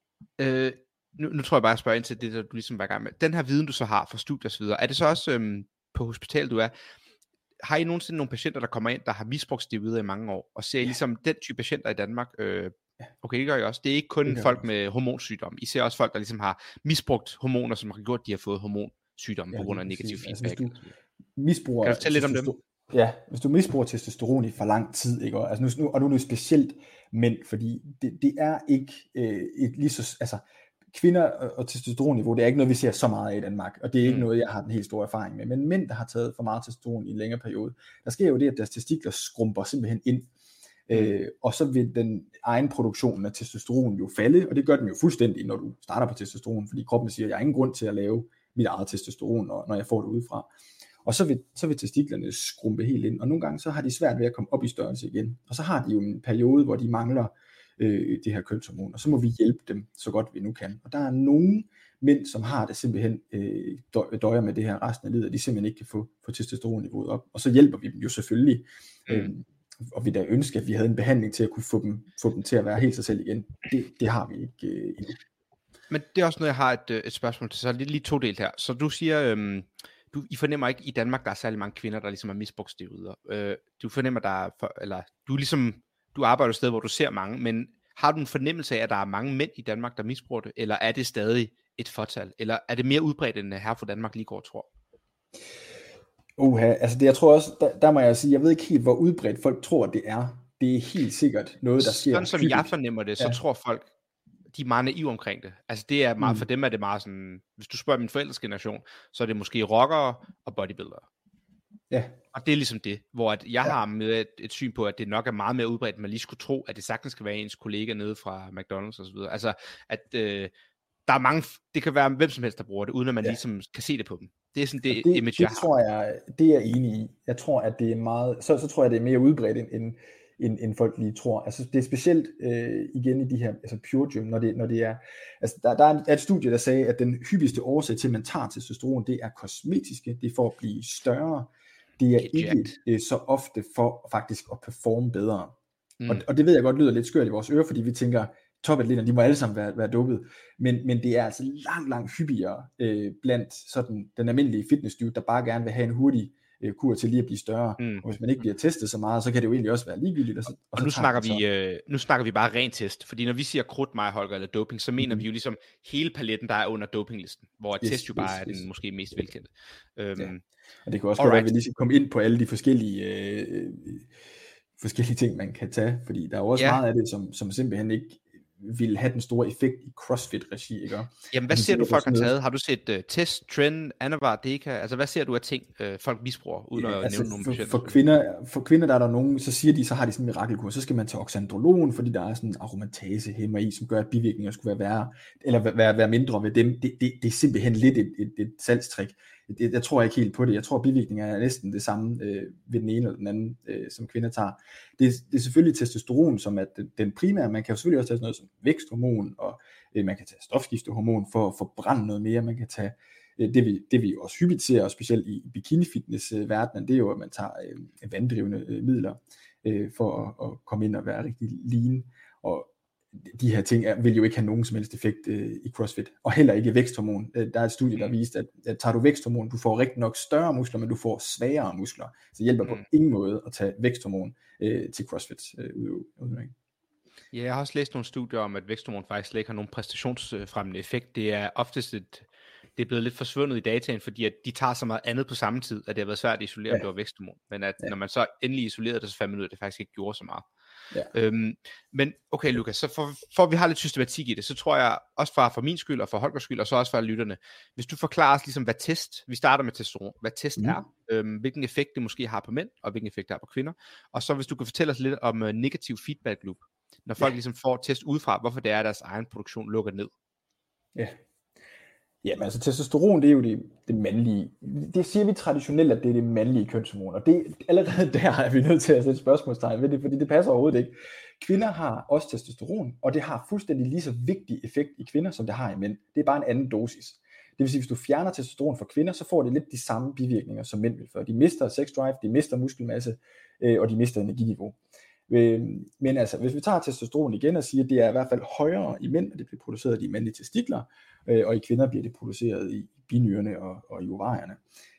øh, nu, nu tror jeg bare, at jeg spørger ind til det, der du ligesom var i gang med. Den her viden, du så har fra studier og så videre, er det så også øhm, på hospitalet, du er, har I nogensinde nogle patienter, der kommer ind, der har misbrugt steroider i mange år, og ser I ligesom den type patienter i Danmark? Øh, okay, det gør I også. Det er ikke kun folk også. Med hormonsygdom. I ser også folk, der ligesom har misbrugt hormoner, som har gjort, at de har fået hormonsygdom ja, på grund af negativ feedback. Altså, misbruger, kan du fortælle lidt om dem? Ja, hvis du misbruger testosteron i for lang tid, ikke? Og, altså nu, og nu er det specielt mænd, fordi det, det er ikke øh, et lige så, altså kvinder og testosteronniveau, det er ikke noget, vi ser så meget af i Danmark, og det er ikke mm. noget, jeg har den helt store erfaring med, men mænd, der har taget for meget testosteron i en længere periode, der sker jo det, at deres testikler skrumper simpelthen ind, mm. øh, og så vil den egen produktion af testosteron jo falde, og det gør den jo fuldstændig, når du starter på testosteron, fordi kroppen siger, jeg har ingen grund til at lave mit eget testosteron, når, når jeg får det udefra. Og så vil, så vil testiklerne skrumpe helt ind, og nogle gange så har de svært ved at komme op i størrelse igen, og så har de jo en periode, hvor de mangler øh, det her kønshormon, og så må vi hjælpe dem så godt vi nu kan. Og der er nogle mænd, som har det simpelthen øh, døjer med det her resten af livet, og de simpelthen ikke kan få, få testosteronniveauet op, og så hjælper vi dem jo selvfølgelig, mm. øh, og vi da ønske, at vi havde en behandling til at kunne få dem, få dem til at være helt sig selv igen. Det, det har vi ikke øh, endnu. Men det er også noget, jeg har et, et spørgsmål til, så er det lige to delt her. Så du siger, øhm, du, I fornemmer ikke i Danmark, der er særlig mange kvinder, der ligesom har misbrugt steroider. Øh, du fornemmer, der er, for, eller du ligesom, du arbejder et sted, hvor du ser mange, men har du en fornemmelse af, at der er mange mænd i Danmark, der misbruger det, eller er det stadig et fortal, eller er det mere udbredt, end her for Danmark lige går, tror? Uha, altså det, jeg tror også, der, der må jeg sige, jeg ved ikke helt, hvor udbredt folk tror, det er. Det er helt sikkert noget, der sker. Sådan som jeg fornemmer det, så ja. tror folk, de er meget naive omkring det. Altså det er meget, mm. for dem er det meget sådan, hvis du spørger min forældres generation, så er det måske rockere og bodybuildere. Ja. Og det er ligesom det, hvor at jeg ja. har med et, et syn på, at det nok er meget mere udbredt, end man lige skulle tro, at det sagtens skal være ens kollega nede fra McDonald's og så videre. Altså, at øh, der er mange, det kan være hvem som helst, der bruger det, uden at man ja. ligesom kan se det på dem. Det er sådan det, det image, det jeg har. Tror jeg, det er jeg enig i. Jeg tror, at det er meget, så, så tror jeg, det er mere udbredt, end, end, end, end folk lige tror. Altså det er specielt øh, igen i de her altså pure gym, når det, når det er, altså der, der er et studie, der sagde, at den hyppigste årsag til, at man tager testosteron, det er kosmetiske, det er for at blive større, det er ikke øh, så ofte for faktisk at performe bedre. Mm. Og, og det ved jeg godt lyder lidt skørt i vores ører, fordi vi tænker, topatleterne, de må alle sammen være, være dopet, men, men det er altså langt, langt hyppigere øh, blandt sådan den almindelige fitness-dude, der bare gerne vil have en hurtig øh, kur til lige at blive større, mm. og hvis man ikke bliver testet så meget, så kan det jo egentlig også være ligegyldigt. Og, så, og, og så nu, snakker vi, øh, nu snakker vi bare ren test, fordi når vi siger krudt, mig, Holger eller doping, så mener mm. vi jo ligesom hele paletten, der er under dopinglisten, hvor yes, test jo bare yes, er yes. den måske mest velkendte. Um, ja. Og det kan også godt være, at vi lige skal komme ind på alle de forskellige øh, forskellige ting, man kan tage, fordi der er også yeah. meget af det, som, som simpelthen ikke vil have den store effekt i CrossFit-regi, ikke? Jamen, hvad ser du, folk har taget? Har du set uh, Test, Trend, Anavar, Deka? Altså, hvad ser du af ting, uh, folk misbruger, uden ja, at altså, nævne nogle for, for, kvinder, for kvinder, der er der nogen, så siger de, så har de sådan en mirakelkur, så skal man tage oxandrolon, fordi der er sådan en aromatasehæmmer i, som gør, at bivirkninger skulle være værre, eller være, være mindre ved dem. Det, det, det er simpelthen lidt et, et, et salgstrik. Det, jeg tror ikke helt på det. Jeg tror, at bivirkninger er næsten det samme øh, ved den ene eller den anden, øh, som kvinder tager. Det, det er selvfølgelig testosteron, som er den, den primære. Man kan jo selvfølgelig også tage sådan noget som væksthormon, og øh, man kan tage stofskiftehormon for at forbrænde noget mere. Man kan tage, øh, det, vi, det vi også hyppigt ser, og specielt i bikini-fitness-verdenen, det er jo, at man tager øh, vanddrivende øh, midler øh, for at, at komme ind og være rigtig lean. Og de her ting er, vil jo ikke have nogen som helst effekt øh, i CrossFit, og heller ikke væksthormon. Øh, der er et studie, der viste, at, at tager du væksthormon, du får rigtig nok større muskler, men du får svagere muskler. Så det hjælper mm. på ingen måde at tage væksthormon øh, til CrossFit øh, udøvning. Ja, jeg har også læst nogle studier om, at væksthormon faktisk slet ikke har nogen præstationsfremmende effekt. Det er oftest et, det er blevet lidt forsvundet i dataen, fordi at de tager så meget andet på samme tid, at det har været svært at isolere, ja. Om det var væksthormon. Men at ja. Når man så endelig isolerede det, så fandt man ud af, at det faktisk ikke gjorde så meget. Ja. Øhm, men okay, Lukas, så for, for at vi har lidt systematik i det, så tror jeg også for, for min skyld og for Holgers skyld, og så også for lytterne, hvis du forklarer os ligesom, hvad test, vi starter med testosteron, hvad test mm. er, øhm, hvilken effekt det måske har på mænd, og hvilken effekt det har på kvinder, og så hvis du kan fortælle os lidt om uh, negativ feedback loop, når folk ja. Ligesom får test udefra, hvorfor det er, at deres egen produktion lukker ned. Ja. Jamen altså testosteron, det er jo det, det mandlige, det siger vi traditionelt, at det er det mandlige kønshormon, og det, allerede der er vi nødt til at sætte spørgsmålstegn ved det, fordi det passer overhovedet ikke. Kvinder har også testosteron, og det har fuldstændig lige så vigtig effekt i kvinder, som det har i mænd. Det er bare en anden dosis. Det vil sige, hvis du fjerner testosteron fra kvinder, så får det lidt de samme bivirkninger, som mænd vil få. De mister sex drive, de mister muskelmasse, øh, og de mister energiniveau. Men altså, hvis vi tager testosteron igen og siger, at det er i hvert fald højere i mænd, og det bliver produceret i de mandlige testikler, og i kvinder bliver det produceret i binyrerne og, og i ovarierne.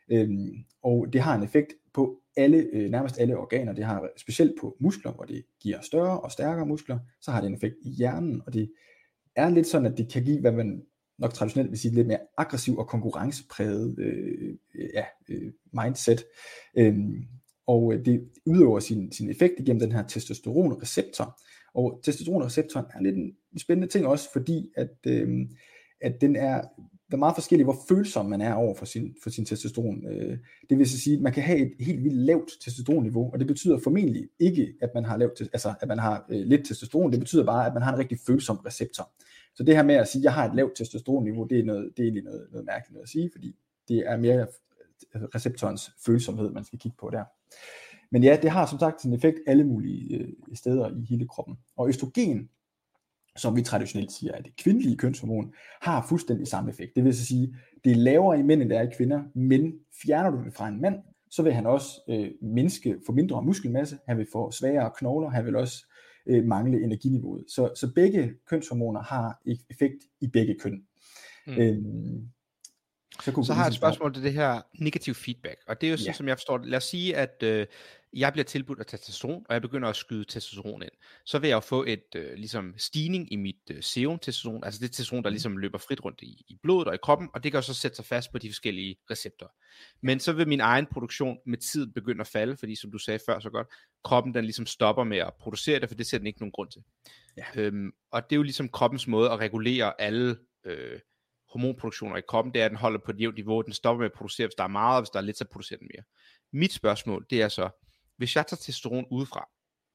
Og det har en effekt på alle, nærmest alle organer. Det har specielt på muskler, hvor det giver større og stærkere muskler, så har det en effekt i hjernen, og det er lidt sådan, at det kan give, hvad man nok traditionelt vil sige, lidt mere aggressiv og konkurrencepræget øh, ja, øh, mindset. Øhm, og det udøver sin, sin effekt igennem den her testosteronreceptor. Og testosteronreceptoren er lidt en spændende ting også, fordi at, øh, at den er, der er meget forskelligt, hvor følsom man er over for sin, for sin testosteron. Øh, det vil sige, at man kan have et helt vildt lavt testosteronniveau, og det betyder formentlig ikke, at man har, lavt, altså, at man har øh, lidt testosteron. Det betyder bare, at man har en rigtig følsom receptor. Så det her med at sige, at jeg har et lavt testosteronniveau, det er, noget, det er egentlig noget, noget mærkeligt noget at sige, fordi det er mere receptorens følsomhed, man skal kigge på der. Men ja, det har som sagt en effekt alle mulige øh, steder i hele kroppen. Og østrogen, som vi traditionelt siger er det kvindelige kønshormon, har fuldstændig samme effekt. Det vil så sige, det er lavere i mænd, end det er i kvinder, men fjerner du det fra en mand, så vil han også øh, mindske, få mindre muskelmasse, han vil få svagere knogler, han vil også øh, mangle energiniveauet. Så, så begge kønshormoner har effekt i begge køn. Mm. Øhm, Så, så har jeg et spørgsmål til det her negativ feedback, og det er jo sådan, ja. Som jeg forstår det. Lad os sige, at øh, jeg bliver tilbudt at tage testosteron, og jeg begynder at skyde testosteron ind. Så vil jeg jo få et øh, ligesom stigning i mit øh, serum testosteron, altså det testosteron, der ligesom løber frit rundt i, i blodet og i kroppen, og det kan jo så sætte sig fast på de forskellige receptorer. Men så vil min egen produktion med tid begynde at falde, fordi som du sagde før så godt, kroppen den ligesom stopper med at producere det, for det ser den ikke nogen grund til. Ja. Øhm, og det er jo ligesom kroppens måde at regulere alle øh, hormonproduktioner i kroppen, det er, at den holder på et jævnt niveau, den stopper med at producere, hvis der er meget, og hvis der er lidt, så producerer den mere. Mit spørgsmål, det er så, hvis jeg tager testosteron udefra,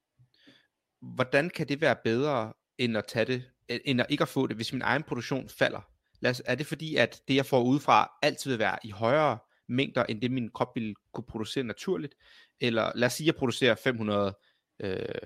hvordan kan det være bedre, end at tage det, end at ikke at få det, hvis min egen produktion falder? Lad os, er det fordi, at det, jeg får udefra, altid vil være i højere mængder, end det min krop ville kunne producere naturligt? Eller lad os sige, at jeg producerer fem hundrede øh,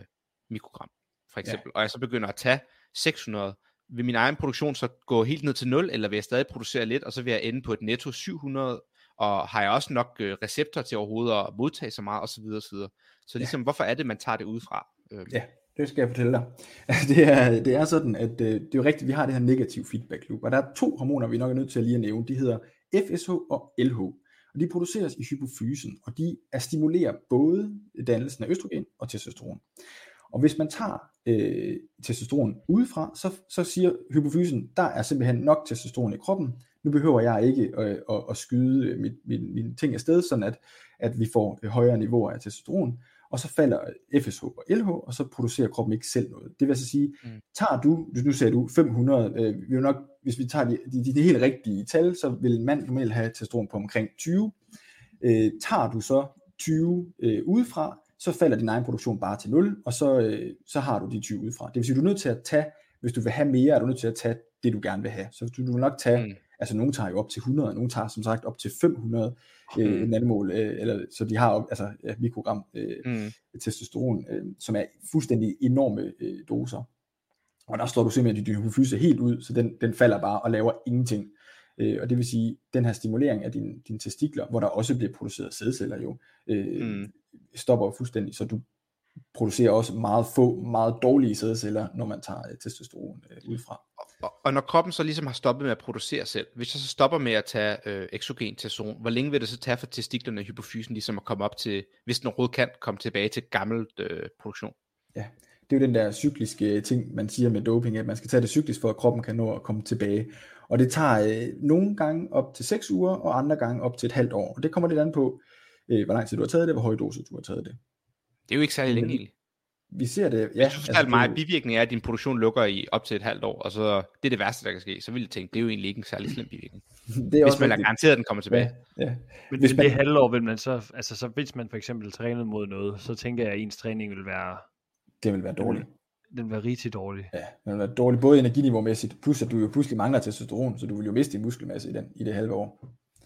mikrogram, for eksempel, ja. og jeg så begynder at tage seks hundrede, vil min egen produktion så gå helt ned til nul, eller vil jeg stadig producere lidt, og så vil jeg ende på et netto syv hundrede, og har jeg også nok øh, receptor til overhovedet at modtage så meget, osv. osv. Så ligesom, ja. hvorfor er det, man tager det udefra? Øh. Ja, det skal jeg fortælle dig. Det er, det er sådan, at øh, det er jo rigtigt, vi har det her negativ feedback loop, og der er to hormoner, vi nok er nødt til at lige at nævne. De hedder F S H og L H, og de produceres i hypofysen, og de er stimulerer både dannelsen af østrogen og testosteron. Og hvis man tager øh, testosteron udefra, så, så siger hypofysen, der er simpelthen nok testosteron i kroppen. Nu behøver jeg ikke øh, at, at skyde mit, min, mine ting afsted, sådan at, at vi får højere niveauer af testosteron. Og så falder F S H og L H, og så producerer kroppen ikke selv noget. Det vil altså sige, mm. tager du, nu sagde du fem hundrede, øh, vi vil nok, hvis vi tager de, de, de helt rigtige tal, så vil en mand normalt have testosteron på omkring tyve. Øh, tager du så tyve øh, udefra, så falder din egen produktion bare til nul, og så, øh, så har du de tyve udefra. Det vil sige, du er nødt til at tage, hvis du vil have mere, er du nødt til at tage det, du gerne vil have. Så du, du vil nok tage, mm. altså nogen tager jo op til hundrede, nogen tager som sagt op til fem hundrede øh, mm. nanomål, øh, eller, så de har op, altså ja, mikrogram øh, mm. testosteron, øh, som er fuldstændig enorme øh, doser. Og der slår du simpelthen din hypofyse helt ud, så den, den falder bare og laver ingenting. Øh, og det vil sige, den her stimulering af dine din testikler, hvor der også bliver produceret sædceller jo, øh, mm. stopper jo fuldstændig, så du producerer også meget få, meget dårlige sædceller, når man tager øh, testosteron øh, udefra. Og, og når kroppen så ligesom har stoppet med at producere selv, hvis jeg så stopper med at tage øh, eksogen testosteron, hvor længe vil det så tage for testiklerne og hypofysen ligesom at komme op til, hvis den overhovedet kan, komme tilbage til gammel øh, produktion? Ja, det er jo den der cykliske ting, man siger med doping, at man skal tage det cyklisk, for at kroppen kan nå at komme tilbage. Og det tager øh, nogle gange op til seks uger, og andre gange op til et halvt år. Og det kommer lidt an på, øh, hvor lang tid du har taget det, hvor høj dosis du har taget det. Det er jo ikke særlig længe egentlig. Vi ser det, ja. Hvis du fortalte altså, mig, at bivirkningen er, at din produktion lukker i op til et halvt år, og så det er det værste, der kan ske, så vil jeg tænke, det er jo egentlig ikke en særlig slem bivirkning. Det er hvis man er garanteret, at den kommer tilbage. Ja, ja. Men hvis man... det halvår vil man så, altså så hvis man for eksempel træner mod noget, så tænker jeg, at ens træning vil være... Det vil være dårligt. Den vil være rigtig dårlig. Ja, den vil være dårlig, både energiniveau-mæssigt, plus at du jo pludselig mangler testosteron, så du vil jo miste din muskelmasse i, den, i det halve år.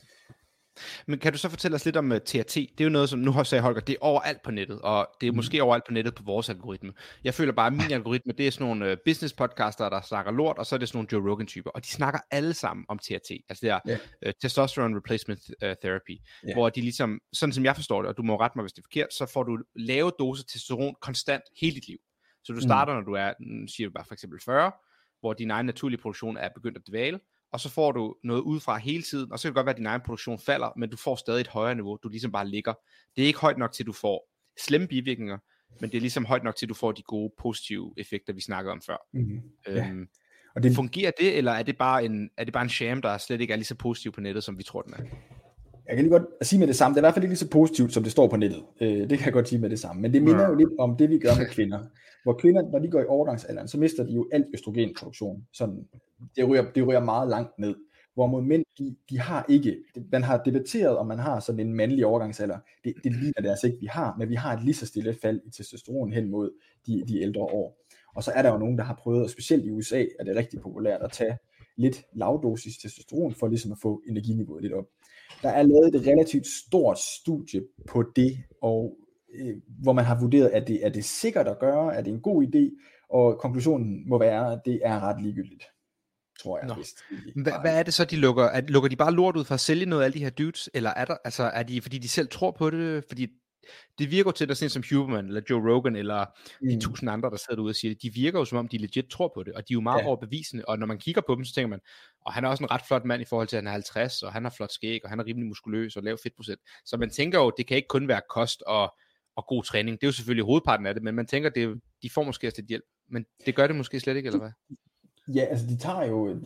Men kan du så fortælle os lidt om uh, T R T? Det er jo noget, som nu har sagt Holger, det er overalt på nettet, og det er mm. måske overalt på nettet på vores algoritme. Jeg føler bare, at min algoritme, det er sådan nogle uh, business podcaster, der snakker lort, og så er det sådan nogle Joe Rogan typer, og de snakker alle sammen om T R T, altså det er yeah. uh, testosterone replacement uh, therapy, yeah. hvor de ligesom, sådan som jeg forstår det, og du må rette mig, hvis det er forkert, så får du lave doser testosteron konstant hele dit liv. Så du starter, mm. når du er, siger du bare for eksempel fyrre, hvor din egen naturlige produktion er begyndt at dvæle, og så får du noget udefra hele tiden, og så kan det godt være, at din egen produktion falder, men du får stadig et højere niveau, du ligesom bare ligger. Det er ikke højt nok til, at du får slemme bivirkninger, men det er ligesom højt nok til, at du får de gode positive effekter, vi snakkede om før. Mm-hmm. Ja. Øhm, og det... Fungerer det, eller er det, bare en, er det bare en sham, der slet ikke er lige så positiv på nettet, som vi tror, den er? Jeg kan lige godt sige med det samme, det er i hvert fald ikke lige så positivt, som det står på nettet. Øh, det kan jeg godt sige med det samme. Men det minder jo lidt om det, vi gør med kvinder. Hvor kvinder, når de går i overgangsalderen, så mister de jo alt østrogenproduktion. Sådan, det, ryger, det ryger meget langt ned. Hvorimod mænd, de, de har ikke, man har debatteret, om man har sådan en mandlig overgangsalder. Det, det ligner det altså ikke, vi har, men vi har et lige så stille fald i testosteron hen mod de, de ældre år. Og så er der jo nogen, der har prøvet, og specielt i U S A er det rigtig populært at tage lidt lavdosis testosteron, for ligesom at få energiniveauet lidt op. Der er lavet et relativt stort studie på det, og øh, hvor man har vurderet, at det er det sikkert at gøre, er det en god idé, og konklusionen må være, at det er ret ligegyldigt, tror jeg. Vist. Hvad, hvad er det så, de lukker? Er, lukker de bare lort ud for at sælge noget af alle de her dudes, eller er der, altså er de, fordi de selv tror på det, fordi det virker til, at sådan som Huberman, eller Joe Rogan, eller mm. de tusind andre, der sidder derude og siger det, de virker jo som om, de legit tror på det, og de er jo meget ja. overbevisende, og når man kigger på dem, så tænker man, og han er også en ret flot mand i forhold til, at han er halvtreds, og han har flot skæg, og han er rimelig muskuløs, og lav fedtprocent, så man tænker jo, det kan ikke kun være kost og, og god træning, det er jo selvfølgelig hovedparten af det, men man tænker, det, de får måske også lidt hjælp, men det gør det måske slet ikke, eller hvad? Ja, altså de tager jo,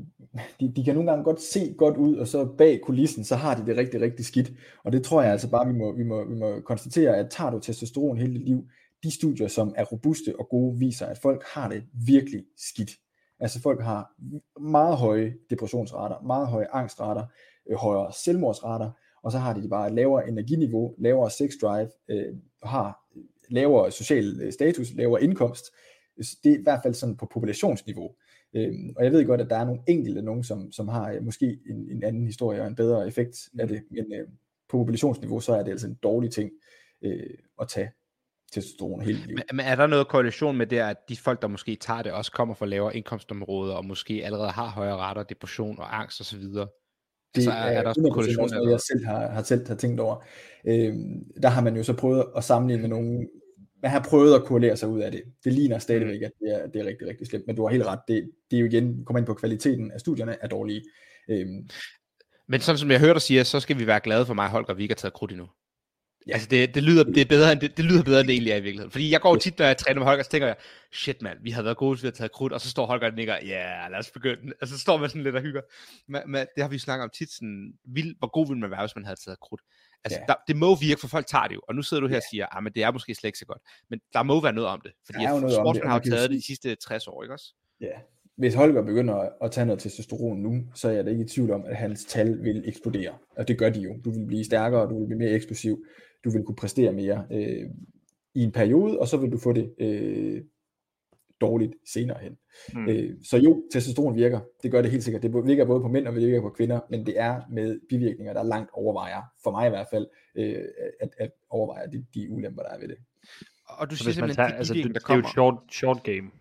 de, de kan nogle gange godt se godt ud, og så bag kulissen, så har de det rigtig, rigtig skidt. Og det tror jeg altså bare, vi må, vi må, vi må konstatere, at tager du testosteron hele dit liv, de studier, som er robuste og gode, viser, at folk har det virkelig skidt. Altså folk har meget høje depressionsrater, meget høje angstrater, øh, højere selvmordsrater, og så har de bare et lavere energiniveau, lavere sex drive, øh, har lavere social status, lavere indkomst. Det er i hvert fald sådan på populationsniveau. Øhm, og jeg ved godt, at der er nogle enkelte nogen, som, som har øh, måske en, en anden historie og en bedre effekt af det, men øh, på populationsniveau, så er det altså en dårlig ting øh, at tage. testosteron hele livet. Men, men er der noget korrelation med det, at de folk, der måske tager det, også kommer fra lavere indkomstområder, og måske allerede har højere rater, depression og angst osv.? Det altså, er, er der også en korrelation? Også noget, jeg selv har, har, selv har tænkt over. Øhm, der har man jo så prøvet at sammenligne med nogen, man har prøvet at korrelere sig ud af det. Det ligner stadigvæk, at det er, det er rigtig, rigtig slemt, men du har helt ret. Det, det er jo igen, kommer ind på kvaliteten af studierne, er dårlige. Øhm, men sådan som jeg hørte dig sige, så skal vi være glade for mig, Holger, vi ikke har taget krudt endnu. Ja. Altså det, det, lyder, det, er bedre, end det, det lyder bedre, end det egentlig er i virkeligheden. Fordi jeg går tit, når jeg træner med Holger, så tænker jeg, shit mand, vi har været gode til at tage krudt, og så står Holger og nikker, ja, yeah, lad os begynde. Altså så står man sådan lidt og hygger. Men, men det har vi snakket om tit, sådan, vild, hvor god ville man være, hvis man havde taget krudt. Altså ja. der, det må virke, for folk tager det jo. Og nu sidder du her ja. og siger, ah, men det er måske slet ikke så godt. Men der må være noget om det. Fordi sportsmænd har jo taget det de sidste tres år, ikke også? Ja. Hvis Holger begynder at tage noget testosteron nu, så er jeg da ikke i tvivl om, at hans tal vil eksplodere. Og det gør de jo. Du vil blive stærkere, du vil blive mere eksplosiv, du vil kunne præstere mere øh, i en periode, og så vil du få det øh, dårligt senere hen. Mm. Øh, så jo, testosteron virker. Det gør det helt sikkert. Det virker både på mænd og det virker på kvinder, men det er med bivirkninger, der langt overvejer, for mig i hvert fald, øh, at, at overveje de, de ulemper, der er ved det. Og du så siger simpelthen, tager, altså, det, det er jo et short, short game.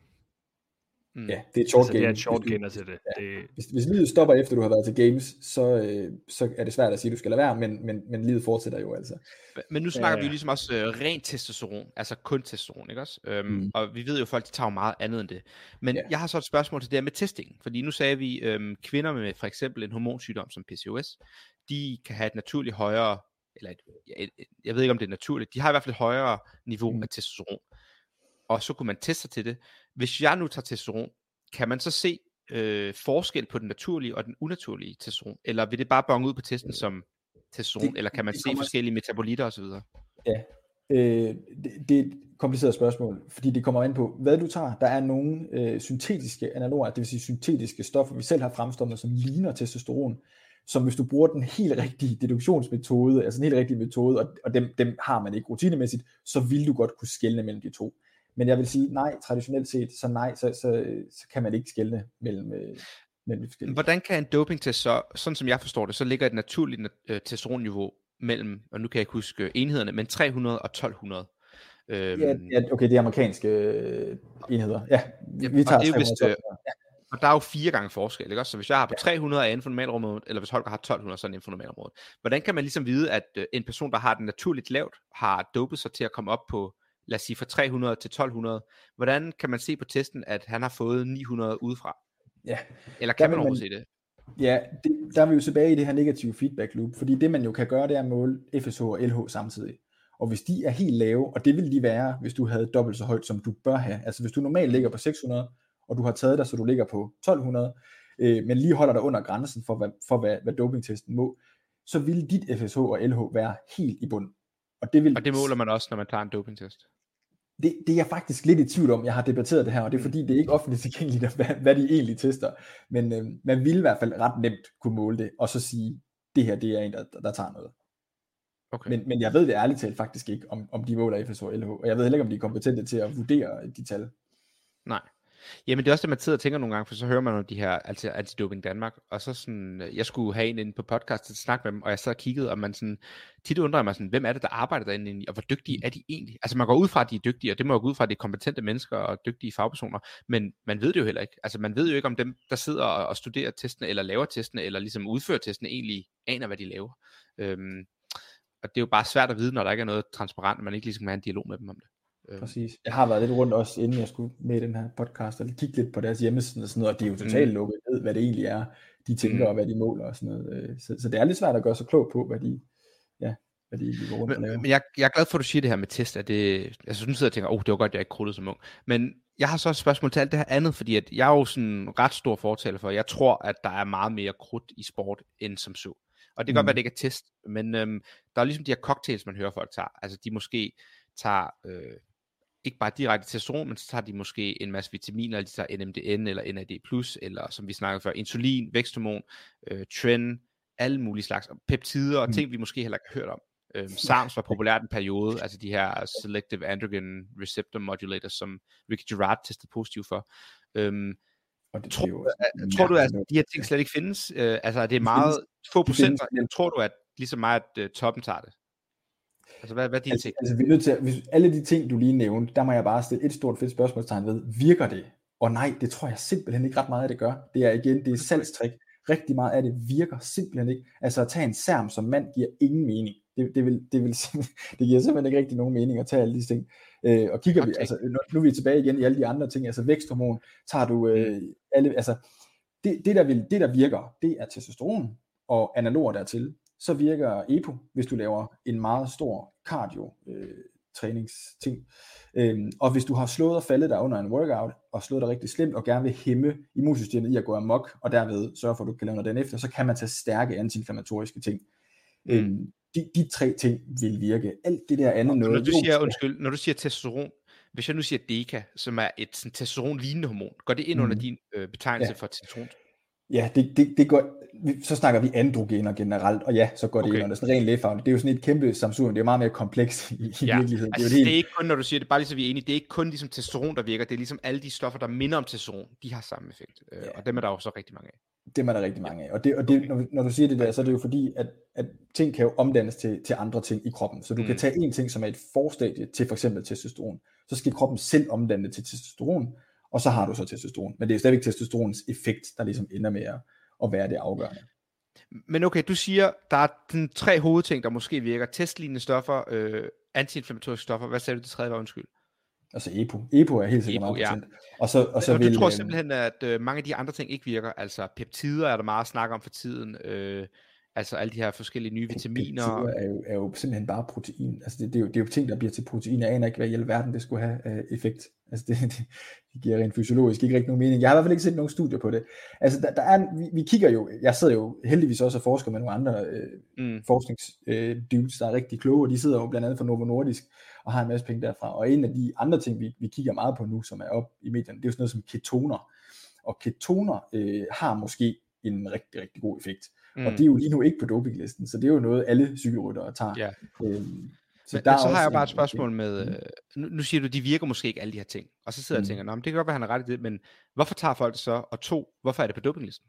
Mm. Ja, det er et short altså, game. Det er et short game, altså det. Ja. det... Hvis, hvis livet stopper efter du har været til games, så, øh, så er det svært at sige, at du skal lade være, men, men, men livet fortsætter jo altså. Men nu snakker ja, ja. vi jo ligesom også øh, rent testosteron, altså kun testosteron, ikke også? Øhm, mm. Og vi ved jo, at folk de tager jo meget andet end det. Men ja. jeg har så et spørgsmål til det her med testingen, fordi nu sagde vi, øhm, kvinder med for eksempel en hormonsygdom som P C O S, de kan have et naturligt højere, eller et, jeg, jeg ved ikke om det er naturligt, de har i hvert fald et højere niveau mm. af testosteron. Og så kunne man teste sig til det. Hvis jeg nu tager testosteron, kan man så se øh, forskel på den naturlige og den unaturlige testosteron? Eller vil det bare bonge ud på testen som testosteron? Det, eller kan man se kommer... forskellige metabolitter osv.? Ja, øh, det, det er et kompliceret spørgsmål, fordi det kommer an på, hvad du tager. Der er nogle øh, syntetiske analoger, det vil sige syntetiske stoffer, vi selv har fremstillet, som ligner testosteron, som hvis du bruger den helt rigtige deduktionsmetode, altså en helt rigtig metode, og, og dem, dem har man ikke rutinemæssigt, så vil du godt kunne skelne mellem de to. Men jeg vil sige, nej, traditionelt set, så nej, så, så, så kan man ikke skelne mellem, mellem de forskellige. Hvordan kan en dopingtest så, sådan som jeg forstår det, så ligger et naturligt øh, testosteronniveau mellem, og nu kan jeg ikke huske enhederne, men tre hundrede og tolv hundrede. Øhm, ja, ja, okay, det er amerikanske øh, enheder. Ja, vi, ja, vi tager tre hundrede og tolv. Øh, ja. Og der er jo fire gange forskel, ikke også? Så hvis jeg har på tre hundrede er inden for normalområdet, eller hvis Holger har tolv hundrede, så er inden for normalområdet. Hvordan kan man ligesom vide, at øh, en person, der har det naturligt lavt, har dopet sig til at komme op på, lad os sige fra tre hundrede til tolv hundrede. Hvordan kan man se på testen, at han har fået ni hundrede udefra? Ja. Eller kan man overse det? Ja, det, der er vi jo tilbage i det her negative feedback loop, fordi det man jo kan gøre, det er at måle F S H og L H samtidig. Og hvis de er helt lave, og det vil de være, hvis du havde dobbelt så højt, som du bør have. Altså hvis du normalt ligger på seks hundrede, og du har taget dig, så du ligger på tolv hundrede, øh, men lige holder dig under grænsen for, hvad, for hvad, hvad dopingtesten må, så vil dit F S H og L H være helt i bund. Og det, vil, og det måler man også, når man tager en dopingtest? Det, det er jeg faktisk lidt i tvivl om. Jeg har debatteret det her, og det er fordi, det er ikke offentligt tilgængeligt, hvad, hvad de egentlig tester. Men øh, man vil i hvert fald ret nemt kunne måle det, og så sige, det her det er en, der, der tager noget. Okay. Men, men jeg ved det ærligt talt faktisk ikke, om, om de måler F S H og L H, og jeg ved heller ikke, om de er kompetente til at vurdere de tal. Nej. Jamen det er også det, man sidder og tænker nogle gange, for så hører man om de her altså Antidoping Danmark, og så sådan, jeg skulle have en inde på podcast til at snakke med dem, og jeg sad og kiggede, og man sådan, tit undrer mig sådan, hvem er det, der arbejder derinde, og hvor dygtige er de egentlig? Altså man går ud fra, at de er dygtige, og det må jo gå ud fra, at det er kompetente mennesker og dygtige fagpersoner, men man ved det jo heller ikke. Altså man ved jo ikke, om dem, der sidder og studerer testene, eller laver testene, eller ligesom udfører testene, egentlig aner, hvad de laver. Øhm, og det er jo bare svært at vide, når der ikke er noget transparent, og man ikke ligesom har en dialog med dem om det. Præcis. Jeg har været lidt rundt også, inden jeg skulle med i den her podcast, og kigge lidt på deres hjemmeside og sådan noget, og det er jo totalt mm. lukket ned, hvad det egentlig er, de tænker, mm. og hvad de måler og sådan noget. Så, så det er lidt svært at gøre sig klog på, hvad de, ja, hvad de egentlig går rundt og laver. Men jeg, jeg er glad for, at du siger det her med test, at det, altså nu sidder jeg og tænker, åh, oh, det var godt, jeg ikke krudtede som ung. Men jeg har så et spørgsmål til alt det her andet, fordi at jeg er jo sådan ret stor fortaler for, jeg tror, at der er meget mere krudt i sport, end som så. Og det kan mm. godt være, at det ikke er test, men øhm, der er ligesom de her cocktails, man hører folk tager. Altså de måske tager... Øh, ikke bare direkte testosteron, men så tager de måske en masse vitaminer, eller de tager N M D N eller N A D plus, eller som vi snakkede før, insulin, væksthormon, øh, tren, alle mulige slags peptider og mm. ting, vi måske heller ikke har hørt om. Øh, S A R M S var populært en periode, altså de her Selective Androgen Receptor Modulators, som Ricky Gerard testede positivt for. Øhm, og det, tror, det jo, at, tror du, at de her ting slet ikke findes? Øh, altså det er meget få procent, men tror du, at ligesom mig, at uh, toppen tager det? Altså, hvad, hvad er dine altså, ting? altså, vi er nødt til at, hvis alle de ting, du lige nævnte, der må jeg bare stille et stort fedt spørgsmålstegn ved. Virker det? Og nej, det tror jeg simpelthen ikke ret meget af det gør. Det er igen, det er salgstrik. Rigtig meget af det virker simpelthen ikke. Altså at tage en serm som mand giver ingen mening. Det, det, vil, det, vil, det giver simpelthen ikke rigtig nogen mening at tage alle de ting. Øh, og kigger vi, altså nu, nu er vi tilbage igen i alle de andre ting, altså væksthormon, tager du øh, alle, altså det, det, der vil, det der virker, det er testosteron og analoger dertil. Så virker E P O, hvis du laver en meget stor cardio øh, træningsting. Øhm, og hvis du har slået og faldet dig under en workout, og slået dig rigtig slemt, og gerne vil hæmme immunsystemet i at gå amok, og derved sørge for, at du kan lave noget den efter, så kan man tage stærke antiinflammatoriske ting. Mm. Øhm, de, de tre ting vil virke. Alt det der andet noget... Når du siger, undskyld, når du siger testosteron, hvis jeg nu siger DECA, som er et sådan, testosteron-lignende hormon, går det ind mm. under din øh, betegnelse ja. for testosteron? Ja, det, det, det går, så snakker vi androgener generelt, og ja, så går det okay. ind under sådan ren lægefagligt. Det er jo sådan et kæmpe samsurium, det er meget mere kompleks i, i ja. virkeligheden. Altså, det, er det, det er ikke kun, når du siger det, bare lige så vi er enige, det er ikke kun ligesom testosteron, der virker, det er ligesom alle de stoffer, der minder om testosteron, de har samme effekt, ja. og dem er der jo så rigtig mange af. Dem er der rigtig mange af, og, det, og det, okay. når, når du siger det der, så er det jo fordi, at, at ting kan jo omdannes til, til andre ting i kroppen, så du mm. kan tage en ting, som er et forstadie til for eksempel testosteron, så skal kroppen selv omdanne det til testosteron, og så har du så testosteron, men det er stadigvæk testosterons effekt, der ligesom ender med at at være det afgørende. Men okay, du siger, der er den tre hovedting, der måske virker. Testlignende stoffer, øh, antiinflammatoriske stoffer. Hvad sagde du det tredje var, undskyld? Altså E P O. E P O er helt sikkert meget procent. Ja. Og så, og så og vil, du tror simpelthen, at øh, mange af de andre ting ikke virker. Altså peptider er der meget at snakke om for tiden. Øh, altså alle de her forskellige nye vitaminer. Peptider er jo, er jo simpelthen bare protein. Altså det, det, er jo, det er jo ting, der bliver til protein. Jeg aner ikke, hvad i hele verden det skulle have uh, effekt. Altså det, det, det giver rent fysiologisk ikke rigtig nogen mening. Jeg har i hvert fald ikke set nogen studier på det. Altså der, der er, vi, vi kigger jo, jeg sidder jo heldigvis også og forsker med nogle andre øh, mm. forskningsdudes, øh, der er rigtig kloge, og de sidder jo blandt andet for Novo Nordisk og har en masse penge derfra. Og en af de andre ting, vi, vi kigger meget på nu, som er op i medierne, det er jo sådan noget som ketoner. Og ketoner øh, har måske en rigtig, rigtig god effekt. Mm. Og det er jo lige nu ikke på dopinglisten, så det er jo noget, alle cykelryttere tager. Ja. Øhm, så men, der men så har jeg bare et spørgsmål med, øh, nu, nu siger du, de virker måske ikke alle de her ting, og så sidder mm. jeg og tænker, nå, men det kan godt være, han er ret i det, men hvorfor tager folk det så, og to, hvorfor er det på dopinglisten?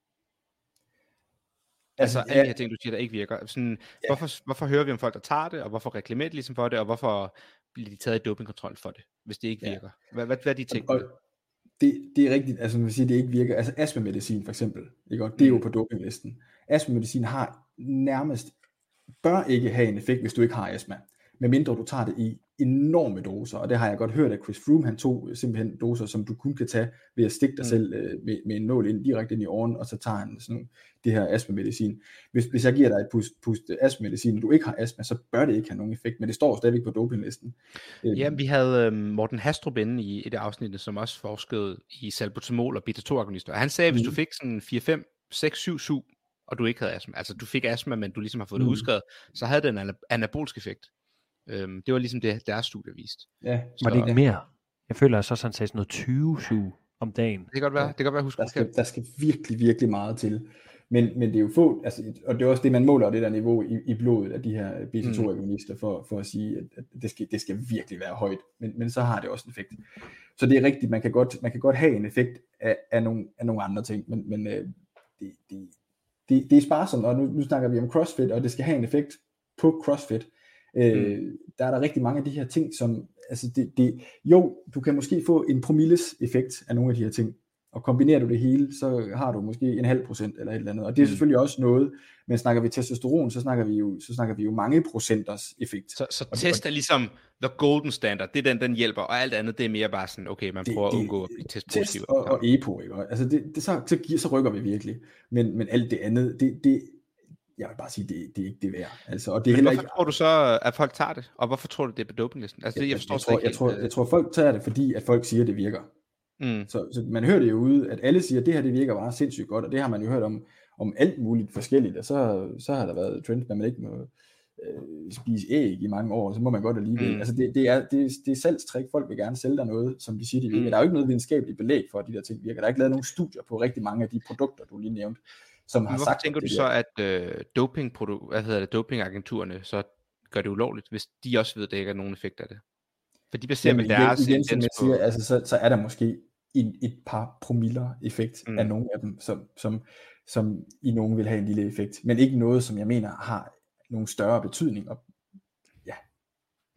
Altså, altså alle ja. de her ting, du siger, der ikke virker. Sådan, ja. hvorfor, hvorfor hører vi om folk, der tager det, og hvorfor reklamerer de ligesom for det, og hvorfor bliver de taget i dopingkontrol for det, hvis det ikke virker? Ja. Hvad, hvad, hvad er de ting? Og, Det, det er rigtigt, altså man vil sige, det ikke virker. Altså astmamedicin for eksempel, ikke? Og det er jo på dopinglisten. Astmamedicin har nærmest, bør ikke have en effekt, hvis du ikke har astma, medmindre du tager det i enorme doser, og det har jeg godt hørt, at Chris Froome, han tog simpelthen doser, som du kun kan tage ved at stikke dig mm. selv øh, med, med en nål ind, direkte ind i åren, og så tager han sådan det her astmamedicin. Hvis, hvis jeg giver dig et pust, pust astmamedicin, og du ikke har astma, så bør det ikke have nogen effekt, men det står stadigvæk på dopinglisten. Ja, vi havde øh, Morten Hastrup inde i et afsnit, som også forskede i salbutamol og beta to agonister, og han sagde, at hvis mm. du fik sådan fire, fem, seks, syv, syv, og du ikke havde astma, altså du fik astma, men du ligesom har fået mm. det udskrevet, så havde det en anabolsk effekt. Øhm, det var ligesom det, deres studie viste. Ja, så, var det ikke mere? Jeg føler, at så sådan sagde sådan noget tyve syv om dagen. Det kan godt være, det kan godt være, husk. Der skal, der skal virkelig, virkelig meget til. Men, men det er jo få, altså, og det er også det, man måler det der niveau i, i blodet af de her beta to agonister, for, for at sige, at, at det, skal, det skal virkelig være højt. Men, men så har det også en effekt. Så det er rigtigt, man kan godt, man kan godt have en effekt af, af, nogle, af nogle andre ting, men, men øh, det, det, det, det er sparsomt, og nu, nu snakker vi om CrossFit, og det skal have en effekt på CrossFit. Øh, mm. Der er der rigtig mange af de her ting, som, altså det, det, jo, du kan måske få en promilles effekt af nogle af de her ting, og kombinerer du det hele, så har du måske en halv procent eller et eller andet, og det er mm. selvfølgelig også noget, men snakker vi testosteron, så snakker vi jo, så snakker vi jo mange procenters effekt. Så, så test er ligesom the golden standard, det er den, den hjælper, og alt andet, det er mere bare sådan, okay, man prøver det, at undgå at blive testpositiv. Test og, og E P O, ikke? Altså det, det, så, så, så rykker vi virkelig, men, men alt det andet, det, det jeg vil bare sige, det, det er ikke det værd. Altså, og det er men hvorfor ikke... tror du så, at folk tager det? Og hvorfor tror du, det er på dopinglisten? Altså, det, jeg, jeg, forstår jeg, tror, jeg, tror, jeg tror, folk tager det, fordi at folk siger, at det virker. Mm. Så, så man hører det jo ude, at alle siger, at det her det virker bare sindssygt godt, og det har man jo hørt om, om alt muligt forskelligt, og så, så har der været trend, at man ikke må øh, spise æg i mange år, så må man godt alligevel. Mm. Altså det, det, er, det, det er salgstrik, folk vil gerne sælge dig noget, som de siger, de virker. Mm. Der er jo ikke noget videnskabeligt belæg for, at de der ting virker. Der er ikke lavet nogen studier på rigtig mange af de produkter, du lige nævnte. Som har hvorfor sagt, tænker du så, at øh, doping, hvad hedder det, dopingagenturerne så gør det ulovligt, hvis de også ved, at det ikke er nogen effekt af det? For de baserer med deres igen, som jeg siger, på... altså, så, så er der måske en, et par promiller effekt mm. af nogle af dem, som, som, som i nogen vil have en lille effekt, men ikke noget, som jeg mener har nogen større betydning. Og, ja,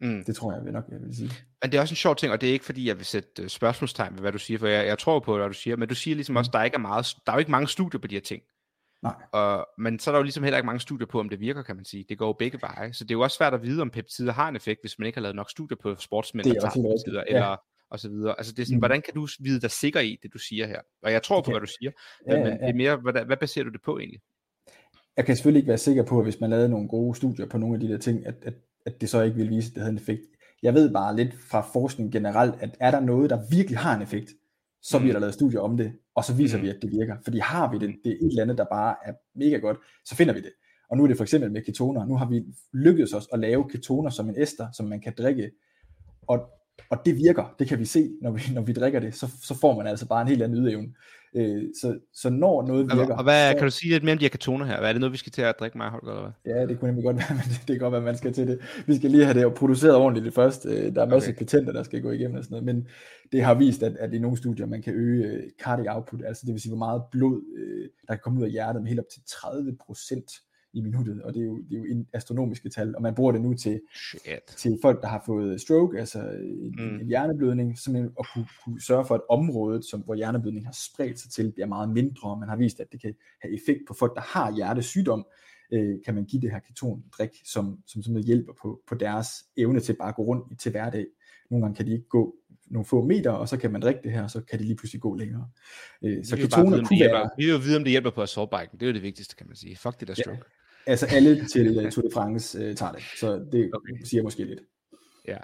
Mm. Det tror jeg, jeg vil nok jeg vil sige. Men det er også en sjov ting, og det er ikke fordi, jeg vil sætte spørgsmålstegn ved, hvad du siger, for jeg, jeg tror på, hvad du siger, men du siger ligesom også, der ikke er meget, der er jo ikke mange studier på de her ting. Nej. Og, men så er der jo ligesom heller ikke mange studier på, om det virker, kan man sige. Det går jo begge veje. Så det er jo også svært at vide, om peptider har en effekt, hvis man ikke har lavet nok studier på sportsmænd, der tager peptider, ja. eller og så videre. Altså det er sådan, mm. hvordan kan du vide dig sikker i det, du siger her? Og jeg tror på, hvad du siger, ja, men ja, ja. det er mere, hvad, hvad baserer du det på egentlig? Jeg kan selvfølgelig ikke være sikker på, at hvis man lavede nogle gode studier på nogle af de der ting, at, at, at det så ikke vil vise, at det havde en effekt. Jeg ved bare lidt fra forskning generelt, at er der noget, der virkelig har en effekt, så bliver der lavet studier om det, og så viser mm. vi, at det virker. Fordi har vi det, det er et eller andet, der bare er mega godt, så finder vi det. Og nu er det for eksempel med ketoner. Nu har vi lykkedes os at lave ketoner som en ester, som man kan drikke. Og, og det virker, det kan vi se, når vi, når vi drikker det, så, så får man altså bare en helt anden ydeevne. Øh, så, så når noget virker... Og hvad, så, kan du sige lidt mere om de her ketoner her? Hvad er det noget, vi skal til at drikke mig, Holger, eller hvad? Ja, det kunne nemlig godt være, men det, det kan godt være, man skal til det. Vi skal lige have det produceret ordentligt det først. Der er masser af okay. patenter, der skal gå igennem og sådan noget, men det har vist, at, at i nogle studier, man kan øge cardiac output, altså det vil sige, hvor meget blod, der kan komme ud af hjertet med helt op til tredive procent i minuttet, og det er jo, det er jo en astronomiske tal, og man bruger det nu til, til folk, der har fået stroke, altså en, mm. en hjerneblødning, simpelthen at kunne, kunne sørge for, at området, som, hvor hjerneblødning har spredt sig til, bliver meget mindre, og man har vist, at det kan have effekt på folk, der har hjertesygdom, øh, kan man give det her ketondrik, som, som simpelthen hjælper på, på deres evne til bare at gå rundt til hverdag. Nogle gange kan de ikke gå nogle få meter, og så kan man drikke det her, og så kan de lige pludselig gå længere. Øh, så ketoner kunne være... Vi vil jo vide, om det hjælper på assaultbiken. Det er jo det vigtigste, kan man sige. Fuck det der stroke. Ja. Altså alle til Tour de France øh, tager det, så det okay. siger måske lidt. Ja.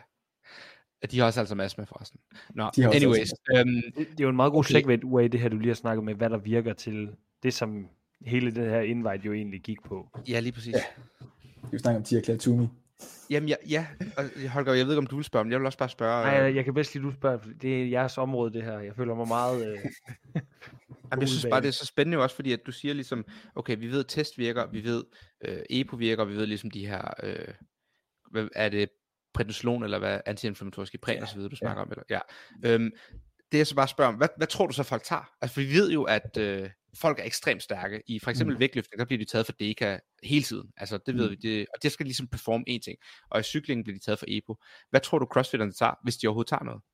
De har også altså astma forresten. Nå, no, anyways. Um, det, det er jo en meget god okay. segway, det her du lige har snakket med, hvad der virker til det, som hele det her invite jo egentlig gik på. Ja, lige præcis. Ja. Vi snakker om Tia Clatoumi. Jamen ja, ja, Holger, jeg ved ikke, om du vil spørge, men jeg vil også bare spørge... Nej, jeg, jeg kan bedst lige, du spørger, det er jeres område, det her. Jeg føler mig meget... Øh, Jamen, jeg synes bare, det er så spændende også, fordi at du siger ligesom, okay, vi ved, at test virker, vi ved, øh, E P O virker, vi ved ligesom de her, øh, hvad, er det prednisolon, eller hvad, antiinflammatoriske præn, ja, og så videre, du snakker ja. om, eller, ja. Øhm, det jeg så bare spørger om, hvad, hvad tror du så, folk tager? Altså, for vi ved jo, at øh, folk er ekstremt stærke. I for eksempel mm. vægtløftning, der bliver de taget for deka hele tiden. Altså, det ved mm. vi, det, og det skal ligesom performe én ting. Og i cyklingen bliver de taget for E P O. Hvad tror du, crossfitterne tager, hvis de overhovedet tager noget?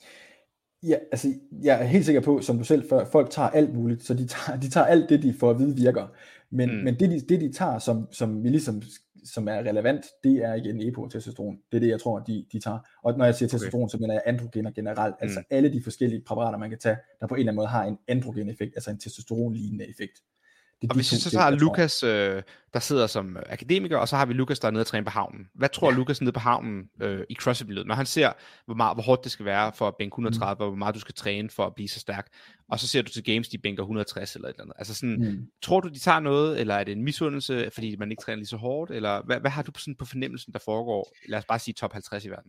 Ja, altså, jeg er helt sikker på, som du selv før, folk tager alt muligt, så de tager, de tager alt det, de får at vide virker. Men, mm. men det, de, det, de tager, som, som vi ligesom, som er relevant, det er igen E P O og testosteron. Det er det, jeg tror, de, de tager. Og når jeg siger testosteron, okay. så mener jeg androgener generelt. Altså mm. alle de forskellige præparater, man kan tage, der på en eller anden måde har en androgen-effekt, altså en testosteron-lignende effekt. Det og hvis vi så, så har Lukas, øh, der sidder som akademiker, og så har vi Lukas, der er nede og træne på havnen. Hvad tror ja. Lukas nede på havnen øh, i CrossFit-miljøet, når han ser, hvor, meget, hvor hårdt det skal være for at bænke et hundrede og tredive, mm. og hvor meget du skal træne for at blive så stærk, og så ser du til games, de bænker et hundrede og tres eller et eller andet. Altså sådan, mm. tror du, de tager noget, eller er det en misundelse, fordi man ikke træner lige så hårdt, eller hvad, hvad har du sådan på fornemmelsen, der foregår, lad os bare sige top halvtreds i verden?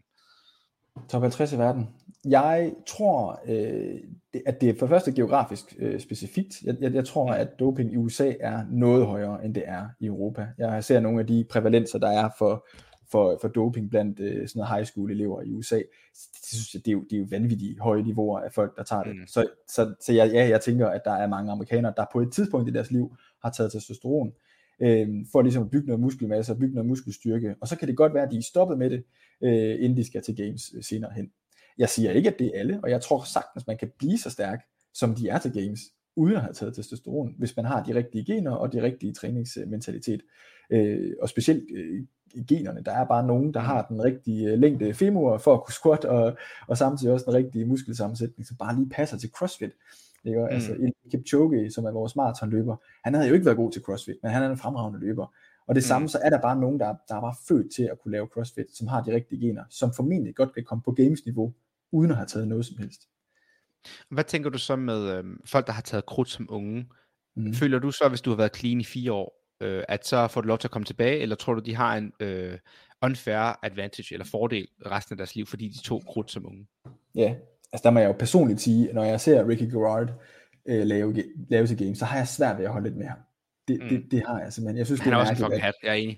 Top halvtreds i verden. Jeg tror, øh, det, at det er for det første geografisk øh, specifikt. Jeg, jeg, jeg tror, at doping i U S A er noget højere, end det er i Europa. Jeg ser nogle af de prævalenser, der er for, for, for doping blandt øh, sådan high school elever i U S A. Det, synes jeg, det, er jo, det er jo vanvittigt høje niveauer af folk, der tager det. Mm. Så, så, så jeg, ja, jeg tænker, at der er mange amerikanere, der på et tidspunkt i deres liv har taget testosteron, øh, for ligesom at bygge noget muskelmasse og bygge noget muskelstyrke. Og så kan det godt være, at de er stoppet med det, øh, inden de skal til games øh, senere hen. Jeg siger ikke, at det er alle, og jeg tror sagtens, man kan blive så stærk, som de er til games, uden at have taget testosteron, hvis man har de rigtige gener og de rigtige træningsmentalitet. Øh, og specielt øh, generne, der er bare nogen, der har den rigtige øh, længde femur for at kunne squat, og, og samtidig også den rigtige muskelsammensætning, som bare lige passer til CrossFit. Ikke? Mm. Altså Kipchoge, som er vores maratonløber, han havde jo ikke været god til CrossFit, men han er en fremragende løber. Og det mm. samme, så er der bare nogen, der, der er bare født til at kunne lave CrossFit, som har de rigtige gener, som formentlig godt kan komme på games-niveau, uden at have taget noget som helst. Hvad tænker du så med øh, folk, der har taget krudt som unge? Mm. Føler du så, hvis du har været clean i fire år, øh, at så får du lov til at komme tilbage, eller tror du, de har en øh, unfair advantage eller fordel resten af deres liv, fordi de tog krudt som unge? Ja, altså der må jeg jo personligt sige, når jeg ser Ricky Garard øh, lave, lave til games, så har jeg svært ved at holde lidt med ham. Det, mm. det, det har jeg simpelthen. Jeg synes, han det er, er også en fucking hat, jeg er enig.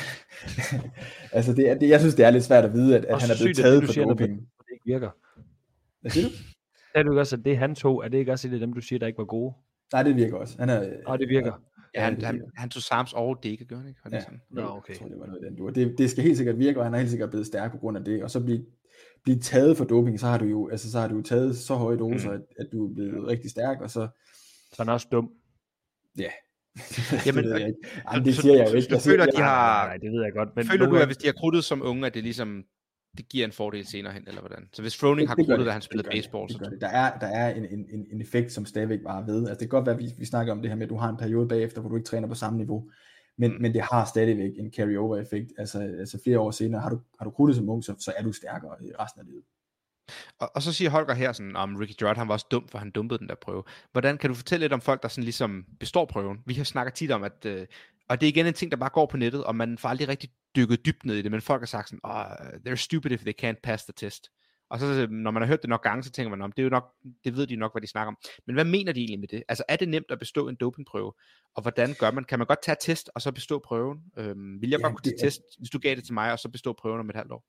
altså, det er, det, jeg synes, det er lidt svært at vide, at, at han er blevet sygt, taget for siger, doping. Det ikke virker. Hvad siger du? Er du ikke også, at det han tog, er det ikke også et af dem, du siger, der ikke var gode? Nej, det virker også. Han er, og det virker. Ja, han, han, han tog Sams over Dække, gør han ikke? Var det ja, sådan? Nå, okay. Jeg tror, det var noget den, det, det skal helt sikkert virke, og han er helt sikkert blevet stærk på grund af det, og så blive, blive taget for doping, så har du jo, altså, så har du taget så høje doser, mm. at, at du er blevet rigtig stærk, og så... Så han er også dum. Ja. Jamen, det, jeg Jamen, det siger jeg jo ikke. Du føler, de har... Nej, det ved jeg godt. Men føler du, at hvis de har krudtet som unge, at det ligesom... det giver en fordel senere hen, eller hvordan? Så hvis Froning har krudtet, da han spillede baseball, så... Der er, der er en, en, en effekt, som stadigvæk bare ved. Altså det kan godt være, at vi, vi snakker om det her med, at du har en periode bagefter, hvor du ikke træner på samme niveau, men, mm. men det har stadigvæk en carry-over-effekt. Altså, altså flere år senere, har du, har du krudtet som ung, så, så er du stærkere i resten af livet. Og, og så siger Holger her sådan, om Ricky Gerard, han var også dum, for han dumpede den der prøve. Hvordan kan du fortælle lidt om folk, der sådan ligesom består prøven? Vi har snakket tit om, at, øh, og det er igen en ting, der bare går på nettet, og man får aldrig rigtig dykket dybt ned i det, men folk har sagt sådan, oh, they're stupid if they can't pass the test. Og så når man har hørt det nok gange, så tænker man, om det er jo nok, det ved de nok, hvad de snakker om. Men hvad mener de egentlig med det? Altså er det nemt at bestå en dopingprøve? Og hvordan gør man? Kan man godt tage test, og så bestå prøven? Øhm, vil jeg ja, godt kunne tage test, hvis du gav det til mig, og så bestå prøven om et halvt år?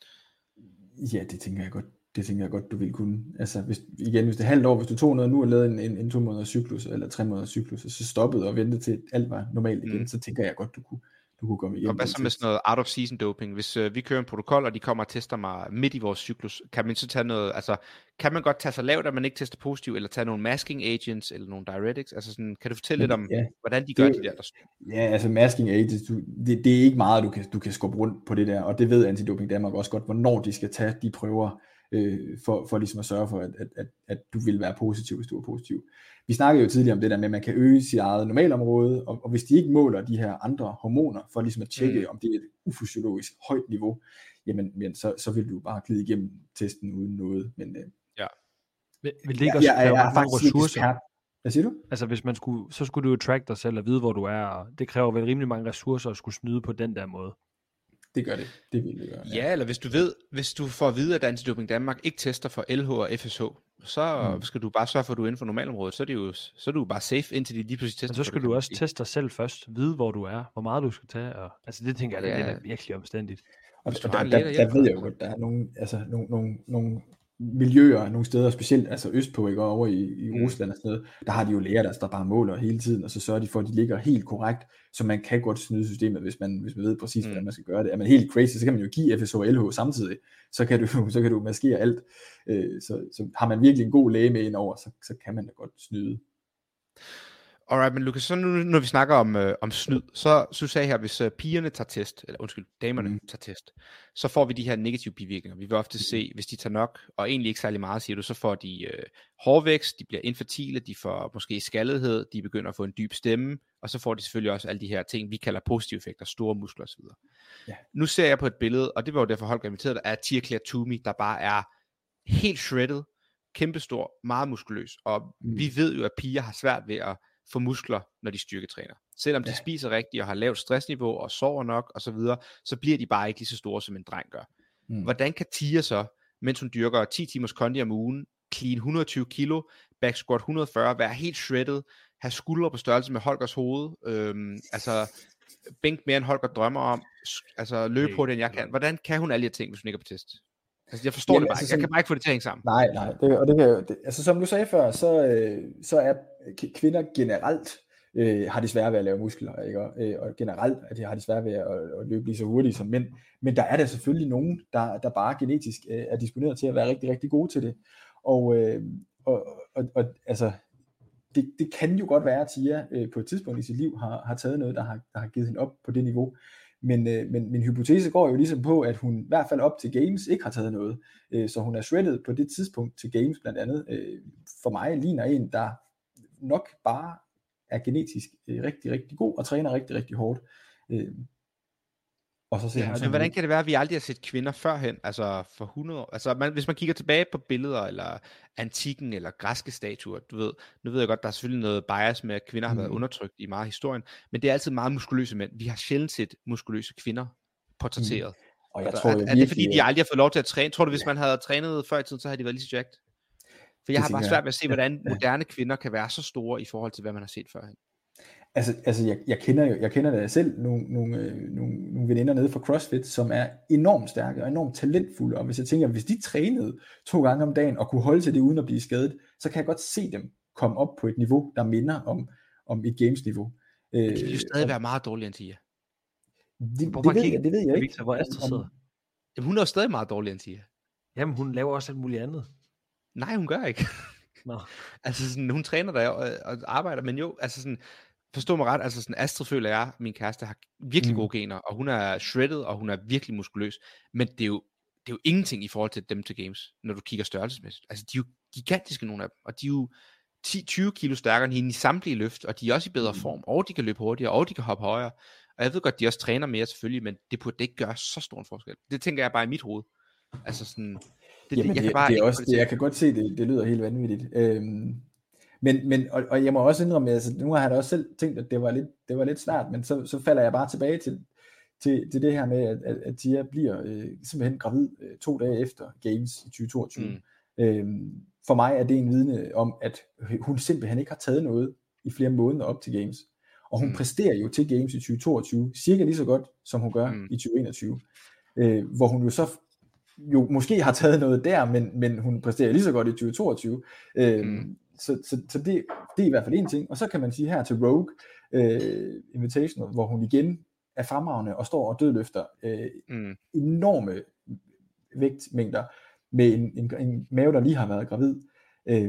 Ja, det tænker jeg godt. Det tænker jeg godt, du vil kunne. Altså, hvis, igen, hvis det er halvt år, hvis du tog noget nu og lavede en, en, en to måneders cyklus, eller tre måneders cyklus, og så stoppede og ventede til alt var normalt igen, mm. så tænker jeg godt, du kunne, du kunne komme igennem. Og hvad så med sådan noget out of season doping? Hvis øh, vi kører en protokol, og de kommer og tester mig midt i vores cyklus, kan man så tage noget, altså, kan man godt tage sig lavt, at man ikke tester positiv, eller tage nogle masking agents, eller nogle diuretics? Altså sådan, kan du fortælle lidt om, ja, hvordan de gør det, de der? Der... Ja, altså masking agents, du, det, det er ikke meget, du kan, du kan skubbe rundt på det der, og det ved Antidoping Danmark også godt, hvornår de skal tage de prøver, For, for ligesom at sørge for, at, at, at, at du vil være positiv, hvis du er positiv. Vi snakkede jo tidligere om det der med, at man kan øge sit eget normalområde, og, og hvis de ikke måler de her andre hormoner, for ligesom at tjekke, mm. om det er et ufysiologisk højt niveau, jamen, men så, så vil du bare glide igennem testen uden noget. Men, ja. Vil, vil det ikke også kræve mange ressourcer? Hvad siger du? Altså hvis man skulle, så skulle du jo track dig selv og vide, hvor du er, og det kræver vel rimelig mange ressourcer at skulle snyde på den der måde. Det gør det. Det vil det gøre. Ja. ja, eller hvis du ved, hvis du får at vide, at Antidoping Danmark ikke tester for L H og F S H, så mm. skal du bare sørge for, at du er inden for normalområdet, så er, det jo, så er du bare safe, indtil de lige pludselig tester. Men så skal du, du også teste dig selv først, vide hvor du er, hvor meget du skal tage, og altså det tænker jeg, ja. Det er virkelig omstændigt. Og der, der, der, der ved jeg jo godt, der er nogle, altså, nogle, nogle, nogle miljøer, nogle steder, specielt altså østpå, ikke, over i, i mm. Rusland og sådan noget, der har de jo læger, der står bare måler hele tiden, og så sørger de for, at de ligger helt korrekt, så man kan godt snyde systemet, hvis man, hvis man ved præcis, mm. hvordan man skal gøre det. Er man helt crazy, så kan man jo give F S H og L H samtidig, så kan du, så kan du maskere alt. Øh, så, så har man virkelig en god læge med ind over, så, så kan man da godt snyde. Alright, men Lukas, så nu, når vi snakker om, øh, om snyd, så synes jeg her, hvis øh, pigerne tager test, eller undskyld, damerne mm. tager test, så får vi de her negative bivirkninger. Vi vil ofte se, hvis de tager nok, og egentlig ikke særlig meget, siger du, så får de øh, hårvækst, de bliver infertile, de får måske skaldighed, de begynder at få en dyb stemme, og så får de selvfølgelig også alle de her ting, vi kalder positive effekter, store muskler osv. Ja. Nu ser jeg på et billede, og det var jo derfor Holger inviteret, der er Tia Claire Toomey, der bare er helt shredded, kæmpestor, meget muskuløs, og mm. vi ved jo, at piger har svært ved at få muskler, når de styrketræner. Selvom de ja. spiser rigtigt og har lavt stressniveau og sover nok og så videre, så bliver de bare ikke lige så store, som en dreng gør. Mm. Hvordan kan Tia så, mens hun dyrker ti timers kondi om ugen, clean et hundrede og tyve kilo, back squat et hundrede og fyrre, være helt shredded, have skuldre på størrelse med Holgers hoved, øhm, altså bænk mere end Holger drømmer om, altså løbe på det, end jeg kan. Hvordan kan hun alle de ting, hvis hun ikke er på test? Altså, jeg forstår ja, det bare altså, ikke. Jeg kan bare ikke få det til at hænge sammen. Nej, nej. Det, og det kan jo, det, altså, som du sagde før, så, øh, så er kvinder generelt øh, har de svære ved at lave muskler, ikke? Og, øh, og generelt at de har de svære ved at, at løbe lige så hurtigt som mænd. Men der er der selvfølgelig nogen, der, der bare genetisk øh, er disponeret til at være rigtig, rigtig gode til det. Og, øh, og, og, og altså, det, det kan jo godt være, at Tia øh, på et tidspunkt i sit liv har, har taget noget, der har, der har givet hende op på det niveau. Men, øh, men min hypotese går jo ligesom på, at hun i hvert fald op til Games ikke har taget noget. Øh, så hun er shredded på det tidspunkt til Games blandt andet. Øh, for mig ligner en, der nok bare er genetisk øh, rigtig, rigtig god og træner rigtig, rigtig hårdt. Øh, og så ser ja, han men hvordan kan det være, at vi aldrig har set kvinder førhen, altså for hundrede år? Altså man, hvis man kigger tilbage på billeder, eller antikken, eller græske statuer, du ved, nu ved jeg godt, der er selvfølgelig noget bias med, at kvinder har været mm. undertrykt i meget historien, men det er altid meget muskuløse mænd. Vi har sjældent set muskuløse kvinder portrætteret. Mm. Og jeg og tror, er, det er, er det fordi, de aldrig har fået lov til at træne? Tror du, hvis ja. man havde trænet før i tiden, så havde de været lige så jacked? For jeg det har bare svært ved at se, hvordan ja. moderne kvinder kan være så store i forhold til, hvad man har set førhen. Altså, altså jeg, jeg kender jo, jeg kender da selv nogle, nogle, øh, nogle, nogle veninder nede fra CrossFit, som er enormt stærke og enormt talentfulde, og hvis jeg tænker, hvis de trænede to gange om dagen og kunne holde til det uden at blive skadet, så kan jeg godt se dem komme op på et niveau, der minder om, om et games-niveau. Men de vil jo stadig og, være meget dårligere end Tia. Det, det, ved, jeg, det ved jeg ikke. Victor, hvor Astrid sidder. Jamen, hun er jo stadig meget dårligere end Tia. Jamen, hun laver også alt muligt andet. Nej, hun gør ikke. Nå. Altså, sådan, hun træner der og, og arbejder, men jo, altså sådan, forstå mig ret, altså sådan, Astrid føler jeg, min kæreste, har virkelig mm. gode gener, og hun er shredded, og hun er virkelig muskuløs, men det er jo, det er jo ingenting i forhold til dem til games, når du kigger størrelsesmæssigt. Altså, de er jo gigantiske, nogle af dem, og de er jo ti til tyve kilo stærkere end hende i samtlige løft, og de er også i bedre form, og de kan løbe hurtigere, og de kan hoppe højere, og jeg ved godt, de også træner mere selvfølgelig, men det burde det ikke gøre så stor en forskel. Det tænker jeg bare i mit hoved. Altså sådan, det, Jamen, jeg det, kan bare det er også, det, jeg kan godt se, det, det lyder helt vanvittigt. Øhm, men, men, og, og jeg må også indrømme, altså, nu har jeg da også selv tænkt, at det var lidt, det var lidt svært, men så, så falder jeg bare tilbage til, til, til det her med, at, at, at Tia bliver øh, simpelthen gravid øh, to dage efter Games i tyve toogtyve. Mm. Øhm, for mig er det en vidne om, at hun simpelthen ikke har taget noget i flere måneder op til Games. Og hun mm. præsterer jo til Games i tyve toogtyve cirka lige så godt, som hun gør mm. i tyve enogtyve. Øh, hvor hun jo så jo måske har taget noget der, men, men hun præsterer lige så godt i tyve toogtyve. Øh, mm. Så, så, så det, det er i hvert fald en ting. Og så kan man sige her til Rogue øh, Invitational, hvor hun igen er fremragende og står og dødløfter øh, mm. enorme vægtmængder med en, en, en mave, der lige har været gravid. Øh,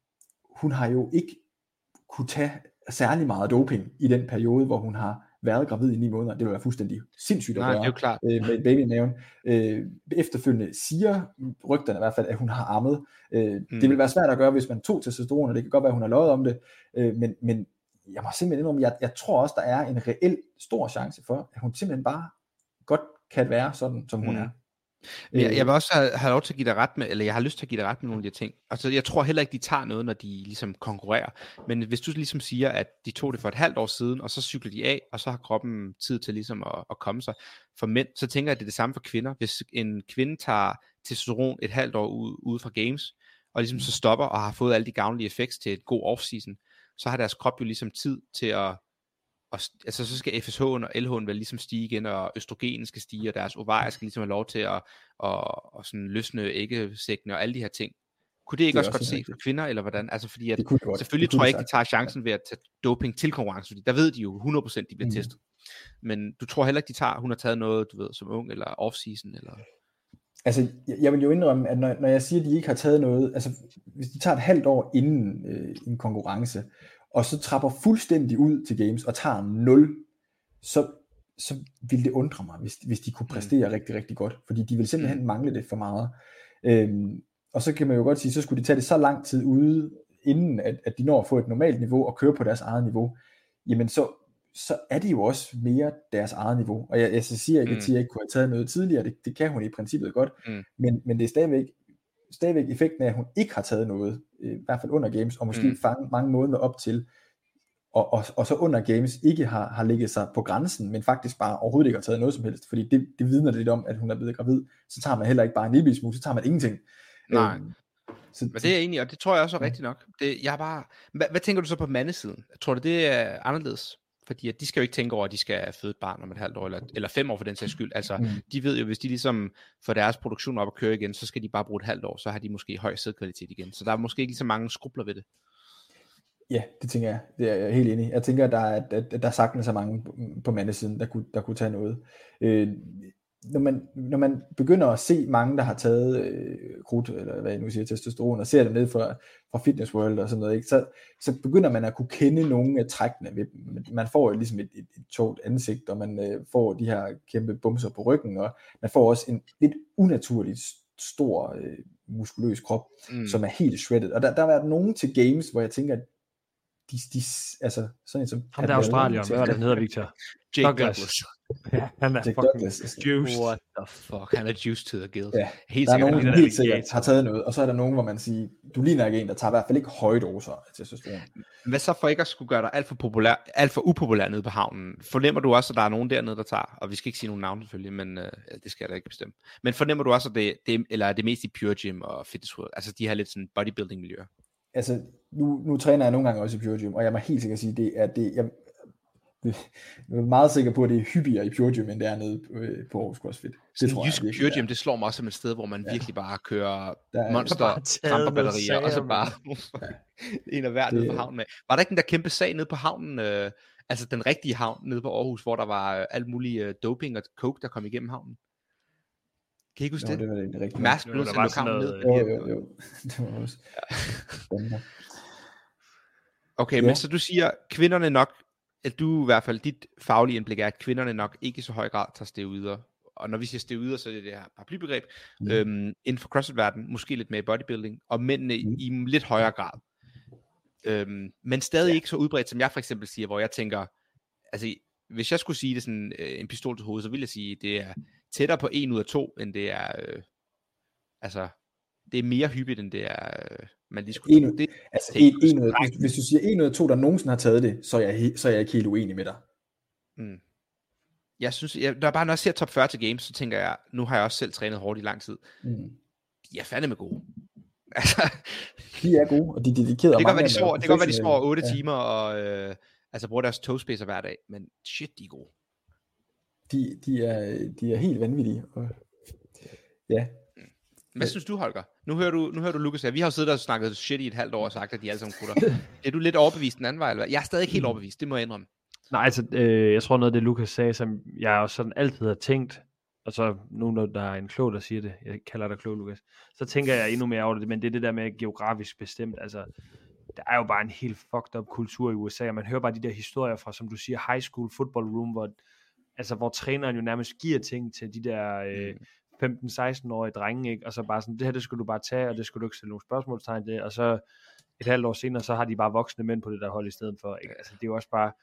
hun har jo ikke kunne tage særlig meget doping i den periode, hvor hun har været gravid i ni måneder. Det vil være fuldstændig sindssygt at gøre. Nej, det er jo klart. Øh, med baby i maven. Øh, efterfølgende siger rygterne i hvert fald, at hun har ammet. Øh, mm. Det vil være svært at gøre, hvis man tog testosteron, og det kan godt være, at hun har løjet om det. Øh, men, men jeg må simpelthen indrømme, jeg, jeg tror også, der er en reel stor chance for, at hun simpelthen bare godt kan være sådan, som hun mm. er. Men jeg, jeg vil også have, have lov til at give dig ret med, eller jeg har lyst til at give dig ret med nogle af de ting. Altså, jeg tror heller ikke, de tager noget, når de ligesom konkurrerer. Men hvis du ligesom siger, at de tog det for et halvt år siden, og så cykler de af, og så har kroppen tid til ligesom at, at komme sig. For mænd, så tænker jeg, at det er det samme for kvinder. Hvis en kvinde tager testosteron et halvt år ude, ude fra games, og ligesom så stopper og har fået alle de gavnlige effekter til et god off-season, så har deres krop jo ligesom tid til at og, altså så skal F S H'en og L H'en vel ligesom stige igen, og østrogenen skal stige, og deres ovarier skal ligesom have lov til at og, og sådan løsne æggesækkene og alle de her ting. Kunne det ikke det også, også godt se for kvinder, eller hvordan? Altså fordi, at selvfølgelig tror jeg ikke, de tager chancen ved at tage doping til konkurrence, fordi der ved de jo hundrede procent, de bliver mm. testet. Men du tror heller ikke, de tager, hun har taget noget, du ved, som ung, eller off-season, eller... Altså, jeg vil jo indrømme, at når, når jeg siger, at de ikke har taget noget, altså hvis de tager et halvt år inden øh, en konkurrence, og så trapper fuldstændig ud til games og tager nul, så, så vil det undre mig, hvis, hvis de kunne præstere mm. rigtig, rigtig godt, fordi de vil simpelthen mm. mangle det for meget. Øhm, og så kan man jo godt sige, så skulle de tage det så lang tid ude, inden at, at de når at få et normalt niveau og køre på deres eget niveau, jamen så, så er det jo også mere deres eget niveau. Og jeg, jeg siger ikke, at Tia ikke kunne have taget noget tidligere, det, det kan hun i princippet godt, mm. men, men det er stadigvæk, stadigvæk effekten af, at hun ikke har taget noget, i hvert fald under games, og måske mm. fange mange måneder op til, og, og, og så under games ikke har, har ligget sig på grænsen, men faktisk bare overhovedet ikke har taget noget som helst, fordi det, det vidner lidt om, at hun er blevet gravid, så tager man heller ikke bare en lille smule, så tager man ingenting. Nej, øhm, så, men det er enig, og det tror jeg også er rigtigt nok. Det, jeg bare, hvad, hvad tænker du så på mandesiden? Tror du, det er anderledes? Fordi at de skal jo ikke tænke over, at de skal føde et barn om et halvt år, eller, eller fem år for den sags skyld. Altså, mm. de ved jo, hvis de ligesom får deres produktion op at køre igen, så skal de bare bruge et halvt år, så har de måske høj sædkvalitet igen. Så der er måske ikke lige så mange skrubler ved det. Ja, det tænker jeg. Det er jeg helt enig i. Jeg tænker, at der er, at der er sagtens så mange på mandesiden, der kunne, der kunne tage noget. Øh, når, man, når man begynder at se mange, der har taget øh, krudt, eller hvad jeg nu siger, testosteron, og ser dem ned fra, fra Fitness World og sådan noget, ikke? Så, så begynder man at kunne kende nogle af trækkene ved dem. Man får jo ligesom et, et, et tågt ansigt, og man øh, får de her kæmpe bumser på ryggen, og man får også en lidt unaturligt stor øh, muskuløs krop, mm. som er helt shredded. Og der, der har været nogen til games, hvor jeg tænker, at de, de, altså sådan en som... Ham der er Australien, hvad er det, han hedder, Victor? Jake Douglas. Ja, han er Jake fucking Douglas. juiced. What the fuck, han er juiced to the gills. Ja, helt der er sikkert, nogen, der helt sikkert har taget noget, og så er der nogen, hvor man siger, du ligner ikke en, der tager i hvert fald ikke høje doser af testosteron. Hvad så for ikke at skulle gøre dig alt for, populær, alt for upopulær nede på havnen? Fornemmer du også, at der er nogen dernede, der tager, og vi skal ikke sige nogen navn selvfølgelig, men øh, det skal jeg da ikke bestemme. Men fornemmer du også, at det, det, eller er det mest i Pure Gym og Fitness World, altså de her lidt sådan bodybuilding miljøer? Altså, nu, nu træner jeg nogle gange også i Pure Gym, og jeg må helt sikkert sige, det er det, jeg, jeg er meget sikker på, at det er hyppigere i Pure Gym, end det er nede på Aarhus CrossFit. Det tror jeg virkelig, Pure Gym, det slår mig også som et sted, hvor man ja. virkelig bare kører er, monster, tramperbatterier, og så bare ja. en af hver nede på havnen med. Var der ikke den der kæmpe sag nede på havnen, øh, Altså den rigtige havn nede på Aarhus, hvor der var øh, alt muligt øh, doping og coke, der kom igennem havnen. Kan I ikke huske jo, det? det var det rigtige. Mærsk blev til at lukke ned. Jo, jo, jo. Det var også spændende. Okay, ja. Men så du siger, kvinderne nok, at du i hvert fald, dit faglige indblik er, at kvinderne nok ikke i så høj grad tager steroider. Og når vi siger steroider, så er det det her paraplybegreb. Mm. Øhm, inden for CrossFit-verdenen, måske lidt mere i bodybuilding, og mændene mm. i lidt højere grad. Øhm, men stadig ja. ikke så udbredt, som jeg for eksempel siger, hvor jeg tænker, altså hvis jeg skulle sige det sådan øh, en pistol til hovedet, så vil jeg sige, det er tættere på en ud af to, end det er, øh, altså, det er mere hyppigt, end det er, øh, man lige skulle en, det, altså, en, en ud af, hvis, hvis du siger en ud af to, der nogensinde har taget det, så er jeg, så er jeg ikke helt uenig med dig. Mm. Jeg synes, jeg, når jeg bare når jeg ser top fyrre til games, så tænker jeg, nu har jeg også selv trænet hårdt i lang tid. Mm. De er fandeme gode. Altså, de er gode, og de er dedikerede. Det kan være, de sover, det kan være, de sover otte ja. timer, og øh, altså bruger deres toespacer hver dag, men shit, de er gode. De, de, er, de er helt vanvittige. Og, ja. Hvad synes du, Holger? Nu hører du, nu hører du Lukas her. Vi har jo siddet og snakket shit i et halvt år og sagt, at de alle sammen krutter. Er du lidt overbevist den anden vej? Eller? Jeg er stadig ikke helt overbevist, det må jeg indrømme. Nej, altså, øh, jeg tror noget af det, Lukas sagde, som jeg også sådan altid har tænkt, og så nu når der er en klog, der siger det, jeg kalder dig klog, Lukas, så tænker jeg endnu mere over det, men det er det der med geografisk bestemt, altså, der er jo bare en helt fucked up kultur i U S A, og man hører bare de der historier fra, som du siger, high school football room, hvor, altså, hvor træneren jo nærmest giver ting til de der øh, femten seksten-årige drenge, ikke? Og så bare sådan, det her, det skulle du bare tage, og det skulle du ikke stille nogle spørgsmålstegn til, og så et halvt år senere, så har de bare voksne mænd på det der hold i stedet for, ikke? Altså, det er jo også bare,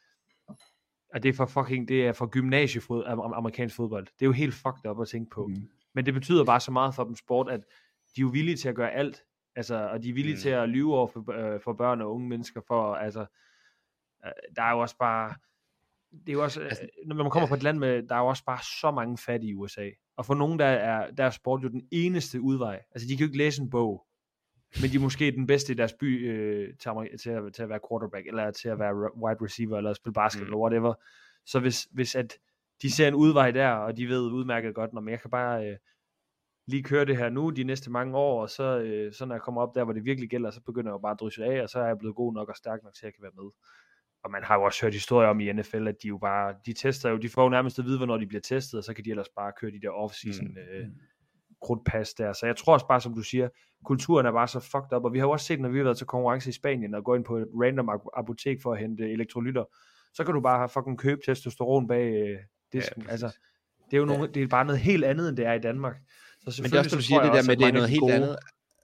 og det er for fucking, det er for gymnasiefod, amerikansk fodbold. Det er jo helt fucked up at tænke på. Mm. Men det betyder bare så meget for dem sport, at de er jo villige til at gøre alt, altså, og de er villige mm. til at lyve over for, øh, for børn og unge mennesker, for, altså, øh, der er jo også bare, det er jo også, øh, når man kommer på et land med, der er jo også bare så mange fattige i U S A, og for nogen, der er, der er sport jo den eneste udvej. Altså, de kan jo ikke læse en bog, men de er måske den bedste i deres by øh, til, at, til, at, til at være quarterback, eller til at være wide receiver, eller at spille basket, mm. eller whatever. Så hvis, hvis at de ser en udvej der, og de ved udmærket godt, når jeg kan bare øh, lige køre det her nu, de næste mange år, og så, øh, så når jeg kommer op der, hvor det virkelig gælder, så begynder jeg jo bare at drysse af, og så er jeg blevet god nok og stærk nok til, at jeg kan være med. Og man har jo også hørt historier om i N F L, at de jo bare, de tester jo, de får jo nærmest at vide, hvornår de bliver testet, og så kan de ellers bare køre de der off-season mm. øh, krudtpas der. Så jeg tror også bare, som du siger, kulturen er bare så fucked up, og vi har jo også set, når vi har været til konkurrence i Spanien, og gå ind på et random apotek for at hente elektrolytter, så kan du bare have fucking købe testosteron bag øh, disken. Ja, altså, det er jo nogle, det er bare noget helt andet, end det er i Danmark. Så men det er også, du siger det der med, det er noget helt gode, andet.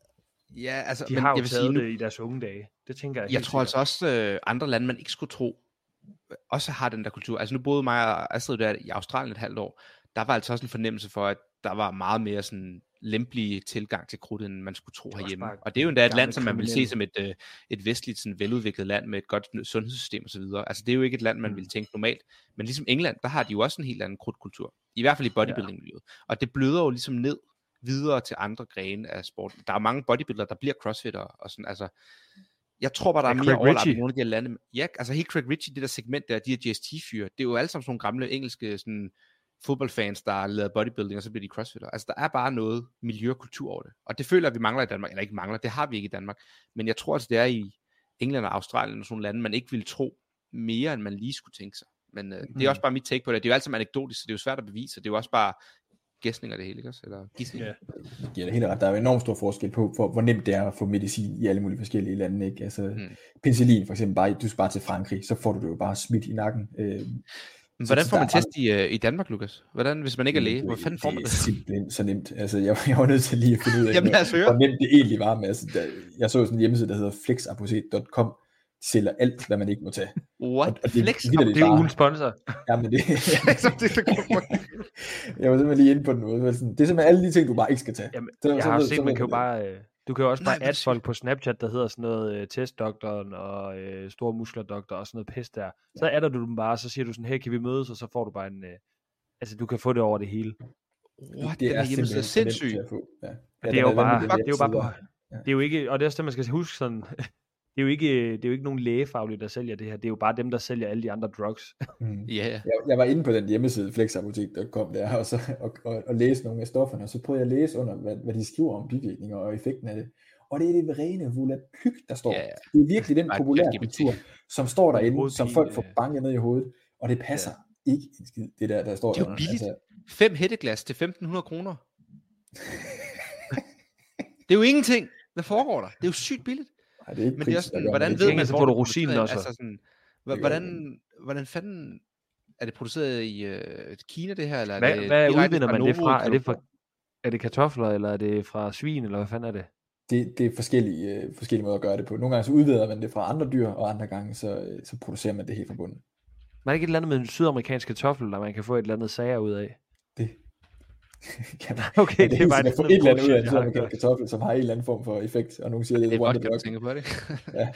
Ja, altså, de men har jo jeg vil taget sige, nu, det i deres unge dage. Det tænker jeg. Jeg tror altså også, øh, andre lande, man ikke skulle tro, også har den der kultur. Altså nu boede mig og Astrid der i Australien et halvt år. Der var altså også en fornemmelse for, at der var meget mere sådan lempelig tilgang til krudt, end man skulle tro herhjemme. Og det er jo endda et land, som man vil se som et, øh, et vestligt, sådan veludviklet land med et godt sundhedssystem osv. Altså det er jo ikke et land, man mm. vil tænke normalt. Men ligesom England, der har de jo også en helt anden krudtkultur. I hvert fald i bodybuilding-miljøet. Ja. Og det bløder jo ligesom ned videre til andre grene af sporten. Der er mange bodybuildere, der bliver crossfitter og sådan, altså. Jeg tror bare, der ja, er mere overlap i nogle af de her lande. Ja, altså helt Craig Ritchie, det der segment der, de her G S T-fyre, det er jo alle sammen sådan nogle gamle engelske sådan, fodboldfans, der har lavet bodybuilding, og så bliver de crossfitter. Altså, der er bare noget miljø og kultur over det. Og det føler vi mangler i Danmark. Eller ikke mangler, det har vi ikke i Danmark. Men jeg tror altså, det er i England og Australien og sådan nogle lande, man ikke vil tro mere, end man lige skulle tænke sig. Men øh, mm. det er også bare mit take på det. Det er jo alt sammen anekdotisk, så det er jo svært at bevise. Det er jo også bare gæsninger det hele, ikke også? Eller gisninger. Ja. Det giver det helt ret. Der er jo enormt stor forskel på, hvor, hvor nemt det er at få medicin i alle mulige forskellige lande, ikke? Altså, mm. penicillin for eksempel, bare, du skal bare til Frankrig, så får du det jo bare smidt i nakken. Øh, Men hvordan får man test i, uh, i Danmark, Lukas? Hvordan, hvis man ikke er læge? Hvor fanden får man det? Det er simpelthen så nemt. Altså, jeg, jeg var nødt til lige at finde ud af, Jamen, altså, hvor nemt det egentlig var. Men altså, der, jeg så sådan en hjemmeside, der hedder flexapotek punktum com. De sælger alt, hvad man ikke må tage. What? Og, og det, Flex? Det, det er jo ugen sponsor. Jamen, det, jeg var simpelthen lige inde på den. Det er simpelthen alle de ting, du bare ikke skal tage. Jamen, jeg har set, man kan jo bare... Du kan jo også bare adde folk på Snapchat, der hedder sådan noget uh, testdoktoren og uh, store musklerdoktor og sådan noget pis der. Så adder du dem bare, så siger du sådan, hey, kan vi mødes? Og så får du bare en... Uh, altså, du kan få det over det hele. What? Det er simpelthen sindssygt. Ja. Ja, det er jo bare... Det er jo bare på... Det er jo ikke... Og det er også det, man skal huske sådan... Det er jo ikke, det er jo ikke nogen lægefaglige, der sælger det her. Det er jo bare dem, der sælger alle de andre drugs. Mm. Yeah. jeg, jeg var inde på den hjemmeside, flexapotek punktum com der, og, så, og, og, og læste nogle af stofferne, og så prøvede jeg at læse under, hvad, hvad de skriver om bivirkninger og effekten af det. Og det er det rene volapyk, der står. Yeah. Det er virkelig den populære kultur. som står Med derinde, hovedpine, som folk får ja. banket ned i hovedet, og det passer ja. ikke en skid, det der, der står Det er der. jo billigt. Altså, Fem hætteglas til femten hundrede kroner. Det er jo ingenting. Hvad foregår der? Det er jo sygt billigt. nej, det er ikke Men det er pris, også sådan, der gør hvordan det. ved Til man, gengæld så hvor får du det er rosinen produceret? også. Altså sådan, Det gør hvordan, hvordan fanden er det produceret i øh, Kina, det her? Eller er Hvad, det hvad direkte udvinder man Novo det fra? Er det, fra? Kalundborg? er det kartofler, eller er det fra svin, eller hvad fanden er det? Det, det er forskellige, øh, forskellige måder at gøre det på. Nogle gange så udvider man det fra andre dyr, og andre gange så, øh, så producerer man det helt fra bunden. Man er ikke et eller andet med en sydamerikansk kartoffel, der man kan få et eller andet sager ud af? Det kan man. Okay, Men det er bare at få sådan et eller andet ud af en bullshit, jeg har sådan hørt. kartoffel, som har en eller anden form for effekt, og nogen siger, det Det er er wonder godt, kan du drug. tænke på det. Ja.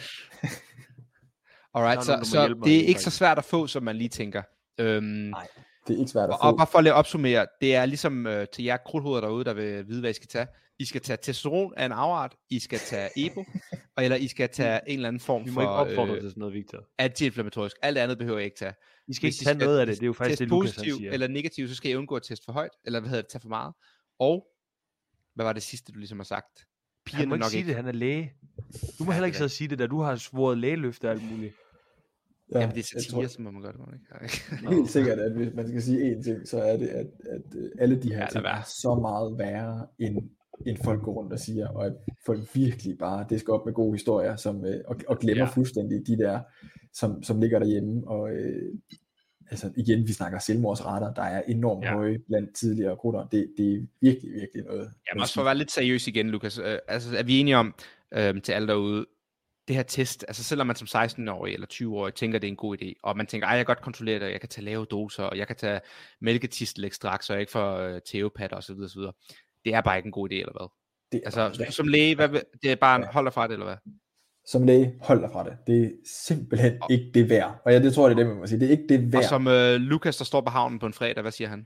Alright, Der er så, nogen, der må så hjælpe mig det er lige, ikke så faktisk. svært at få, som man lige tænker. Øhm, Nej, det er ikke svært at og, få. og bare for at lige opsummere, det er ligesom øh, til jer krudthoveder derude, der vil vide, hvad I skal tage. I skal tage testosteron af en afart, I skal tage EPO, og eller I skal tage en eller anden form Vi må ikke for opfordre øh, til sådan noget, Victor. antiinflamatorisk. Alt andet behøver I ikke tage. I skal Hvis ikke tage I skal noget af det. Det er jo faktisk teste det, Lukas han positiv siger. eller negativ, så skal I undgå at teste for højt, eller hvad hedder det, tage for meget. Og, hvad var det sidste, du ligesom har sagt? Pigerne Han må ikke nok sige det, han er læge. Du må Ja, heller det ikke er sidde og sige det, der du har svoret lægeløfte og alt muligt. Ja, Jamen, det er jeg satire, tror så må man gøre det. Må man ikke? helt sikkert, at hvis man skal sige én ting, så er det, at, at øh, alle de her Ja, ja, lad ting være. er så meget værre, end, end folk går rundt og siger, og at folk virkelig bare, det skal op med gode historier, som, øh, og, og glemmer Ja. ja. fuldstændig de der, som, som ligger derhjemme, og øh, altså igen, vi snakker selvmordsrater, der er enormt Ja. ja. høje blandt tidligere krutter, det, det er virkelig, virkelig noget. Jamen også for at være lidt seriøs igen, Lukas. Øh, altså, er vi enige om, øh, til alle derude, det her test, altså selvom man som seksten-årig eller tyve-årig tænker, det er en god idé, og man tænker, ej, jeg kan godt kontrollere det, jeg kan tage lave doser, og jeg kan tage mælketistelekstrakt, så jeg ikke får øh, teopat og så videre, så videre. Det er bare ikke en god idé, eller hvad? Det er Altså, bare- som læge, hvad, vil- det er bare en Ja. hold dig fra det, eller hvad? Som læge, hold dig fra det. Det er simpelthen Og- ikke det værd. Og ja, det tror jeg, det er det, man må sige. Det er ikke det værd. Og som øh, Lukas, der står på havnen på en fredag, hvad siger han?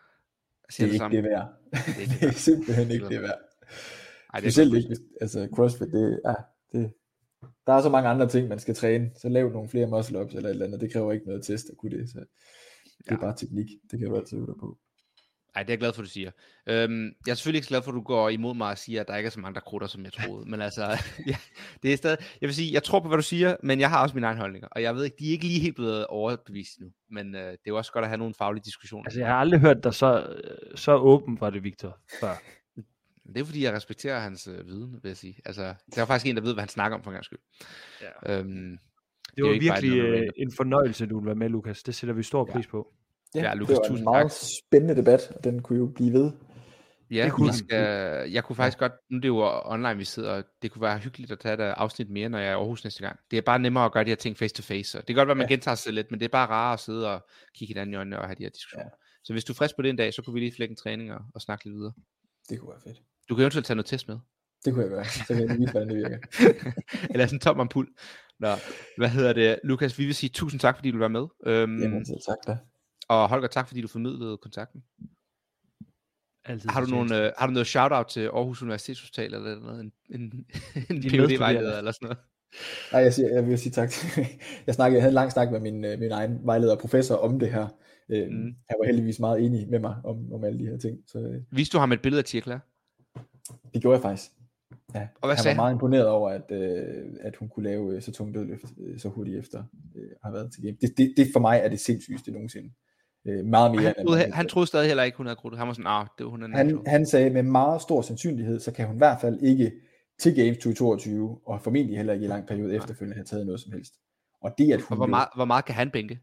Siger det er ikke samme? det værd. Det er ikke Det er simpelthen ikke det værd. Ej, det er Specielt godt. ikke, hvis- altså CrossFit, det, ja, det, der er så mange andre ting, man skal træne. Så lav nogle flere muscle ups eller et eller andet. Det kræver ikke noget test at kunne det. Så det er Ja. bare teknik. Det kan du altid øve dig på. Ej, det er jeg glad for, du siger. Øhm, jeg er selvfølgelig ikke så glad for, at du går imod mig og siger, at der ikke er så mange, der krutter, som jeg troede. Men altså, ja, det er stadig... Jeg vil sige, jeg tror på, hvad du siger, men jeg har også mine egne holdninger. Og jeg ved ikke, de er ikke lige helt blevet overbevist nu. Men øh, det er jo også godt at have nogle faglige diskussioner. Altså, jeg har aldrig hørt dig så, så åben fra det, Victor, før. Det er fordi, jeg respekterer hans øh, viden, vil jeg sige. Altså, der er faktisk en, der ved, hvad han snakker om for en gang skyld. Ja. Øhm, Det er jo var ikke bare virkelig noget, der øh, random. en fornøjelse, du ville være med, Lukas. Det sætter vi stor pris på. Ja, Ja, ja Lukas, det var en tusind meget tak. spændende debat, og den kunne jo blive ved. Ja, Det kunne vi den. skal, jeg kunne faktisk godt, nu er det jo online, vi sidder, og det kunne være hyggeligt at tage et afsnit mere, når jeg er i Aarhus næste gang. Det er bare nemmere at gøre de her ting face to face, og det kan godt være, man Ja. gentager sig lidt, men det er bare rarere at sidde og kigge hinanden i øjnene og have de her diskussioner. Ja. Så hvis du er frisk på det en dag, så kunne vi lige flække en træning og, og snakke lidt videre. Det kunne være fedt. Du kan eventuelt tage noget test med. Det kunne jeg gøre. Så kan jeg lige vise, hvordan det virker. Eller sådan en tom ampul. Nå, hvad hedder det? Lukas, vi vil sige tusind tak, fordi du vil være med. Øhm, Jamen, selv tak da. og Holger, tak, fordi du formidlede kontakten. Altid Har du, så nogle, tjeneste. øh, har du noget shout-out til Aarhus Universitetshospital, eller noget? En, en, en De P H D-vejleder, medstuderende. eller sådan noget? Nej, jeg, siger, jeg vil sige tak. til- Jeg, snakkede, jeg havde en lang snak med min, øh, min egen vejleder og professor om det her. Øh, Mm. mm. Han var heldigvis meget enig med mig om, om alle de her ting. Så øh, Viste du ham et billede af Tia Claire? det gjorde jeg faktisk. Ja, Og hvad han sagde var han? meget imponeret over, at, øh, at hun kunne lave øh, så tung dødløft øh, så hurtigt efter øh, at have været til game. Det, det, det for mig er det sindssygeste nogensinde. Øh, meget mere Han end troede, man- han troede stadig heller ikke, hun havde krudtet. Han var sådan, ah, det var hun er natural. han, han sagde med meget stor sandsynlighed, så kan hun i hvert fald ikke til Games tyve toogtyve, og formentlig heller ikke i lang periode efterfølgende have taget noget som helst. Og det, at Og hun hvor jo- meget, hvor meget kan han bænke?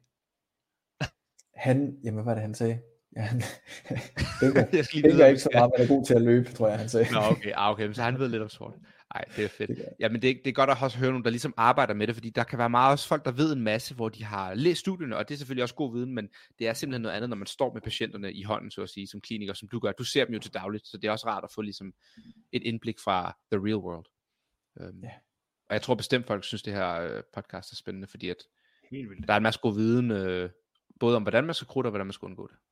han, jamen hvad var det, han sagde? Ja, han bænker, Jeg skal lige bænker vide, om ikke vi så skal- meget, men er god til at løbe, tror jeg, han sagde. Nå, okay, ah, okay, så han ved lidt om sport. Nej, det er fedt. Det gør jeg. Jamen, det, det er godt at også høre nogen, der ligesom arbejder med det, fordi der kan være meget også folk, der ved en masse, hvor de har læst studierne, og det er selvfølgelig også god viden, men det er simpelthen noget andet, når man står med patienterne i hånden, så at sige, som kliniker, som du gør. Du ser dem jo til dagligt, så det er også rart at få ligesom et indblik fra the real world. Um, Ja. Og jeg tror bestemt, folk synes, det her øh, podcast er spændende, fordi at Helt vildt. der er en masse god viden, øh, både om, hvordan man skal krudte, og hvordan man skal undgå det.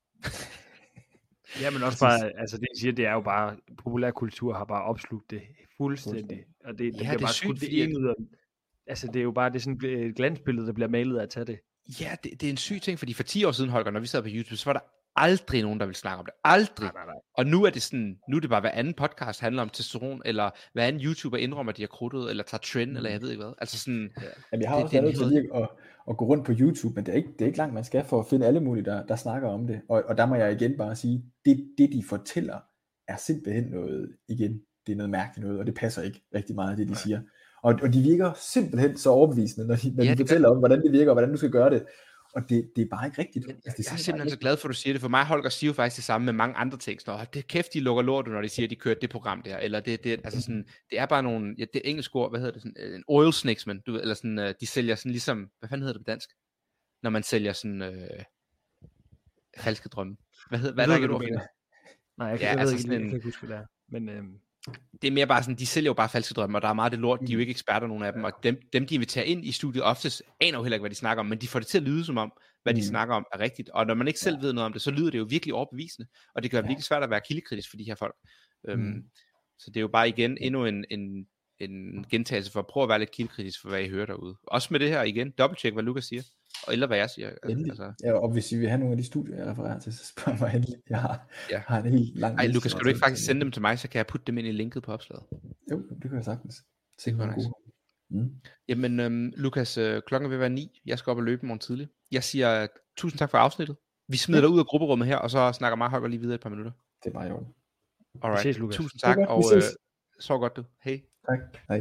Ja, men også bare, altså det jeg siger, det er jo bare, populærkultur har bare opslugt det fuldstændig. Og det, det Ja, bliver det er bare sygt, skudt det fordi at- ene ud af, altså det er jo bare, det er sådan et glansbillede, der bliver malet af at tage det. Ja, det, det er en syg ting, fordi for ti år siden, Holger, når vi sad på YouTube, så var der aldrig nogen, der vil snakke om det. Aldrig. Nej, nej, nej. Og nu er det sådan, nu er det bare, hver anden podcast handler om testosteron, eller hver anden YouTuber indrømmer, at de har krudtet, eller tager trend, mm. eller jeg ved ikke hvad. Altså sådan... Ja. Jamen, jeg har det, også været nødt til lige at, at gå rundt på YouTube, men det er, ikke, det er ikke langt, man skal for at finde alle mulige, der, der snakker om det. Og, og der må jeg igen bare sige, det, det de fortæller, er simpelthen noget, igen, det er noget mærkeligt noget, og det passer ikke rigtig meget, det de siger. Og, og de virker simpelthen så overbevisende, når de, når ja, de fortæller om, hvordan det virker, og hvordan du skal gøre det. Og det, det er bare ikke rigtigt. Jeg, altså, det jeg er simpelthen så glad for, at du siger det. For mig, Holger, siger jo faktisk det samme med mange andre ting. Nå, det er kæft, de lukker lortet, når de siger, at de kørte det program der. Eller det, det, altså sådan, det er bare nogle, ja, det er engelsk ord, hvad hedder det? Sådan, en oil snakesman, du ved, eller sådan, de sælger sådan ligesom, hvad fanden hedder det på dansk? Når man sælger sådan, øh, falske drømme. Hvad hedder, hvad er der, du mener? Nej, jeg, ja, jeg, altså ved ikke, sådan, jeg kan ikke huske, hvad det er. Men, øhm... det er mere bare sådan, de sælger jo bare falske drømme, og der er meget det lort, de er jo ikke eksperter, nogen af dem, og dem, dem de inviterer ind i studiet, oftest aner jo heller ikke, hvad de snakker om, men de får det til at lyde som om, hvad de mm. snakker om er rigtigt, og når man ikke selv ja. ved noget om det, så lyder det jo virkelig overbevisende, og det gør det ja. virkelig svært at være kildekritisk for de her folk. Mm. Øhm, så det er jo bare igen endnu en, en, en gentagelse for at prøve at være lidt kildekritisk for, hvad I hører derude. Også med det her igen, dobbelttjek, hvad Lukas siger, eller hvad jeg siger. Altså. Ja, og hvis I vil have nogle af de studier, jeg refererer til, så spørg mig endelig. Jeg har, ja. har en helt lang liste. Ej, Lukas, skal du ikke faktisk sende dem til mig, så kan jeg putte dem ind i linket på opslaget? Jo, det kan jeg sagtens. Det var nice. Mm. Jamen, øhm, Lukas, øh, klokken vil være ni. Jeg skal op og løbe morgen tidlig. Jeg siger tusind tak for afsnittet. Vi smider ja. dig ud af grupperummet her, og så snakker mig Holger lige videre et par minutter. Det er bare i orden. Alright, ses, Lukas. Tusind tak, okay, og øh, så godt du. Hej. Tak, hej.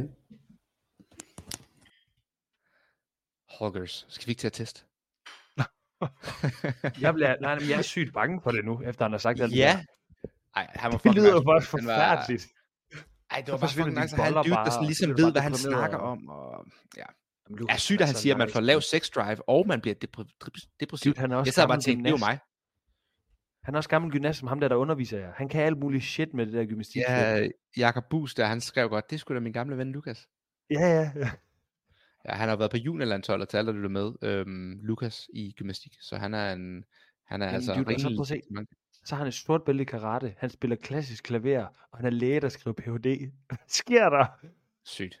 Holgers, skal vi ikke til at teste? jeg, bliver, nej, jeg er sygt bange for det nu, efter han har sagt alt ja. Ej, han var det lyder jo bare forfærdeligt. Ej, det var bare fucking nice at have en dude, der sådan ligesom ved, hvad han snakker om. Og, ja. Det er sygt, at han siger, at man får lav sex drive, og man bliver depressiv. Jeg sad bare og tænkte, det er jo mig. Han er også gammel gymnast, som ham der, der underviser jer. Han kan alt muligt shit med det der gymnastik. Ja, Jakob Bus der, han skrev godt, det skulle da min gamle ven Lukas. Ja, ja. Ja, han har været på juniorlandsholdet til alle, der lytter med, øhm, Lukas i gymnastik. Så han er en, han er Jamen, altså dude, rimelig... Så, så har han et stort bælte i karate. Han spiller klassisk klaver, og han er læge, der skriver P H D. Hvad sker der? Sygt.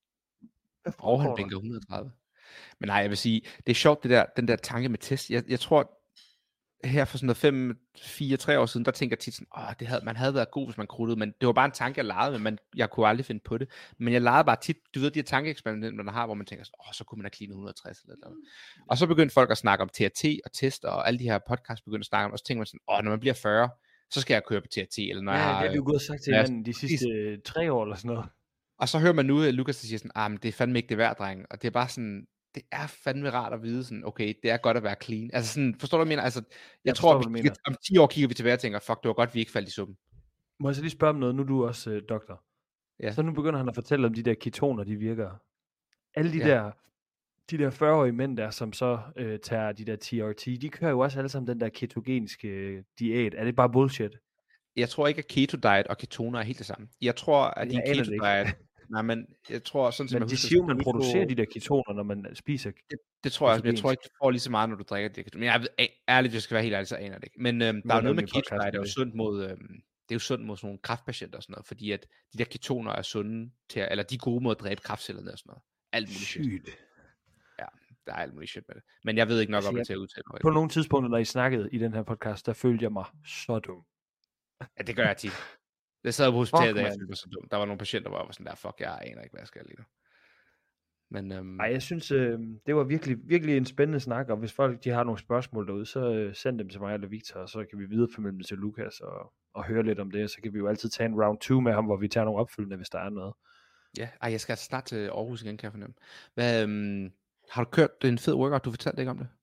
Og han bænker et hundrede og tredive. Men nej, jeg vil sige, det er sjovt, det der, den der tanke med test. Jeg, jeg tror, her for sådan noget fem, fire, tre år siden, der tænker jeg tit sådan, åh, det havde, man havde været god, hvis man krudtede, men det var bare en tanke, jeg legede med, men jeg kunne aldrig finde på det. Men jeg legede bare tit, du ved, de her tankeeksperimenter, man har, hvor man tænker sådan, åh, så kunne man have cleanet et hundrede og tres eller noget. Og så begyndte folk at snakke om T R T og tester, og alle de her podcasts begyndte at snakke om, og så tænker man sådan, åh, når man bliver fyrre, så skal jeg køre på T R T, eller når ja, jeg har... Ja, det har vi jo gået og sagt til hinanden de sidste øh, tre år eller sådan noget. Og så hører man nu, at Lukas siger sådan, ah, men det er fandme ikke det værd, dreng. Og det er bare sådan, det er fandme rart at vide sådan, okay, det er godt at være clean. Altså sådan, forstår du, hvad jeg mener? Altså, jeg, jeg tror, forstår, vi, om ti år kigger vi tilbage og tænker, fuck, det var godt, vi ikke faldt i suppen. Må jeg så lige spørge om noget? Nu er du også øh, doktor. Ja. Så nu begynder han at fortælle om de der ketoner, de virker. Alle de ja. der, de der fyrre-årige mænd der, som så øh, tager de der T R T, de kører jo også alle sammen den der ketogeniske øh, diæt. Er det bare bullshit? Jeg tror ikke, at keto diet og ketoner er helt det samme. Jeg tror, at din keto diet... Nej, men jeg tror sådan som men de siger, man producerer de der ketoner, når man spiser. Det, det tror jeg, jeg tror ikke, du får lige så meget, når du drikker det. Men jeg er ærligt, jeg skal være helt ærlig, så aner det ikke. Men øhm, der er noget med keto, der er jo sundt mod, øhm, det er jo sundt mod sådan nogle kræftpatienter og sådan noget, fordi at de der ketoner er sunde til, at, eller de er gode mod at dræbe kræftcellerne og sådan noget. Alt muligt shit. Ja, der er alt muligt shit med det. Men jeg ved ikke nok altså, om det til at udtale mig. På nogle tidspunkter, når I snakkede i den her podcast, der følte jeg mig så dum. Ja, det gør jeg tit. Jeg sad på hospitalet, og jeg følte mig så dum. Der var nogle patienter, hvor jeg var sådan der, fuck, jeg aner ikke, hvad jeg skal lige nu. Men, øhm... Ej, jeg synes, øh, det var virkelig, virkelig en spændende snak, og hvis folk de har nogle spørgsmål derude, så øh, send dem til mig eller Victor, og så kan vi videreformidle dem til Lukas og, og høre lidt om det, og så kan vi jo altid tage en round to med ham, hvor vi tager nogle opfølgende, hvis der er noget. Ja, ej, jeg skal snart til Aarhus igen, kan jeg fornemme. Hvad, øhm, har du kørt en fed workout? Du fortalte ikke om det?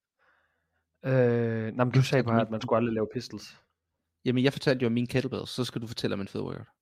Øh, nej, men du sagde bare, at man skulle aldrig lave pistols. Jamen, jeg fortalte jo om mine kettlebells, så skal du fortælle om en fed workout.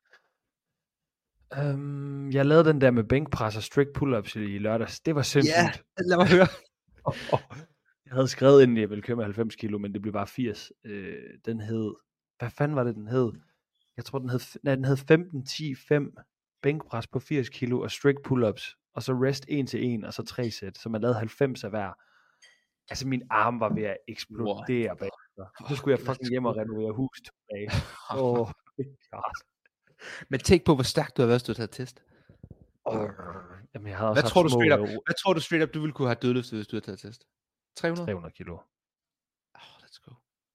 Um, jeg lavede den der med bænkpres og strict pull-ups i lørdags. Det var sindssygt. Ja, lad mig høre. oh, oh. Jeg havde skrevet inden, jeg ville køre med halvfems kilo, men det blev bare firs. Øh, den hed, hvad fanden var det, den hed? Jeg tror, den hed, nej, den hed femten ti fem bænkpres på firs kilo og strict pull-ups, og så rest en til en, og så tre sæt, så man lavede halvfems af hver. Altså, min arm var ved at eksplodere bag. Så skulle jeg fucking hjem og renovere hus tilbage. Åh, oh, men tænk på, hvor stærkt du har været, hvis du havde taget test. Oh, jamen, jeg havde også hvad, tror du straight up, hvad tror du straight up, du ville kunne have dødløftet, hvis du havde taget test? tre hundrede? tre hundrede kilo. Oh, let's go.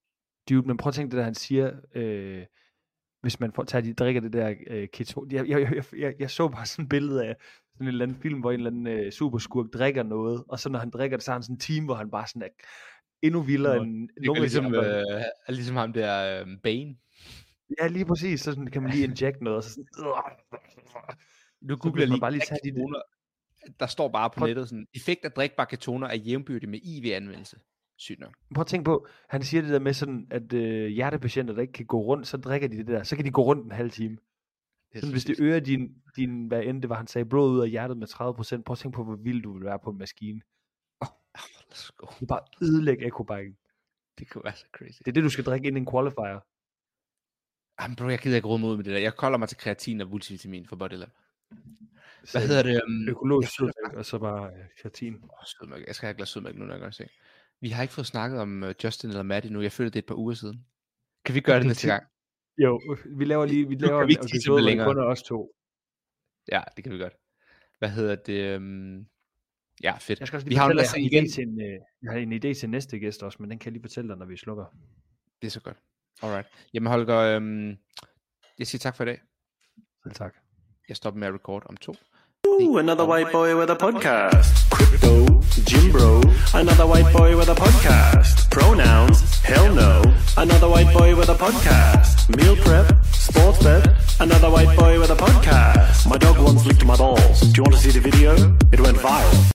dude, men prøv at tænke det der, han siger, øh, hvis man får, tager, de drikker det der øh, keton. Jeg, jeg, jeg, jeg, jeg så bare sådan et billede af sådan en eller anden film, hvor en eller anden øh, superskurk drikker noget, og så når han drikker det, så har han sådan en team, hvor han bare sådan er endnu vildere end nogen af ligesom, øh, ligesom ham der øh, Bane. Ja, lige præcis. Så sådan, kan man lige injecte noget, og så sådan... Øh, nu googler jeg lige, bare lige tage de ketoner. Der står bare på nettet sådan, effekt af drikbare ketoner er jævnbyrdig med I V-anvendelse. Sygt nok. Prøv at tænke på, han siger det der med sådan, at øh, hjertepatienter, der ikke kan gå rundt, så drikker de det der, så kan de gå rundt en halv time. Sådan, hvis det øger din, din, hvad end det var, han sagde, blod ud af hjertet med tredive procent, prøv at tænke på, hvor vild du vil være på en maskine. Oh, du kan bare ødelægge ekobike'en. Det kunne være så crazy. Det er det, du skal drikke ind i en qualifier. Jamen bro, jeg gider ikke råde mod med det der. Jeg kolder mig til kreatin og multivitamin for Bodylab. Hvad hedder det? Um, Økologisk sødmælk, og så bare uh, kreatin. Oh, sødmælk. Jeg skal have et glas sødmælk nu, når jeg gør se. Vi har ikke fået snakket om uh, Justin eller Matt nu. Jeg følte det et par uger siden. Kan vi gøre det næste gang? Jo, vi laver lige, vi laver en episode, hvor det kun er os to. Ja, det kan vi godt. Hvad hedder det? Um... Ja, fedt. Jeg skal også lige vi har fortælle, jeg, igen. Til en, uh, jeg har en idé til næste gæst også, men den kan jeg lige fortælle dig, når vi slukker. Det er så godt. Alright. Jamen Holger, um... jeg siger tak for i dag. Selv tak. Jeg stopper med at record om to. Ooh, another white boy with a podcast. Crypto, Jim Bro, another white boy with a podcast. Pronouns, hell no, another white boy with a podcast. Meal prep, sports bet, another white boy with a podcast. My dog once licked my balls. Do you want to see the video? It went viral.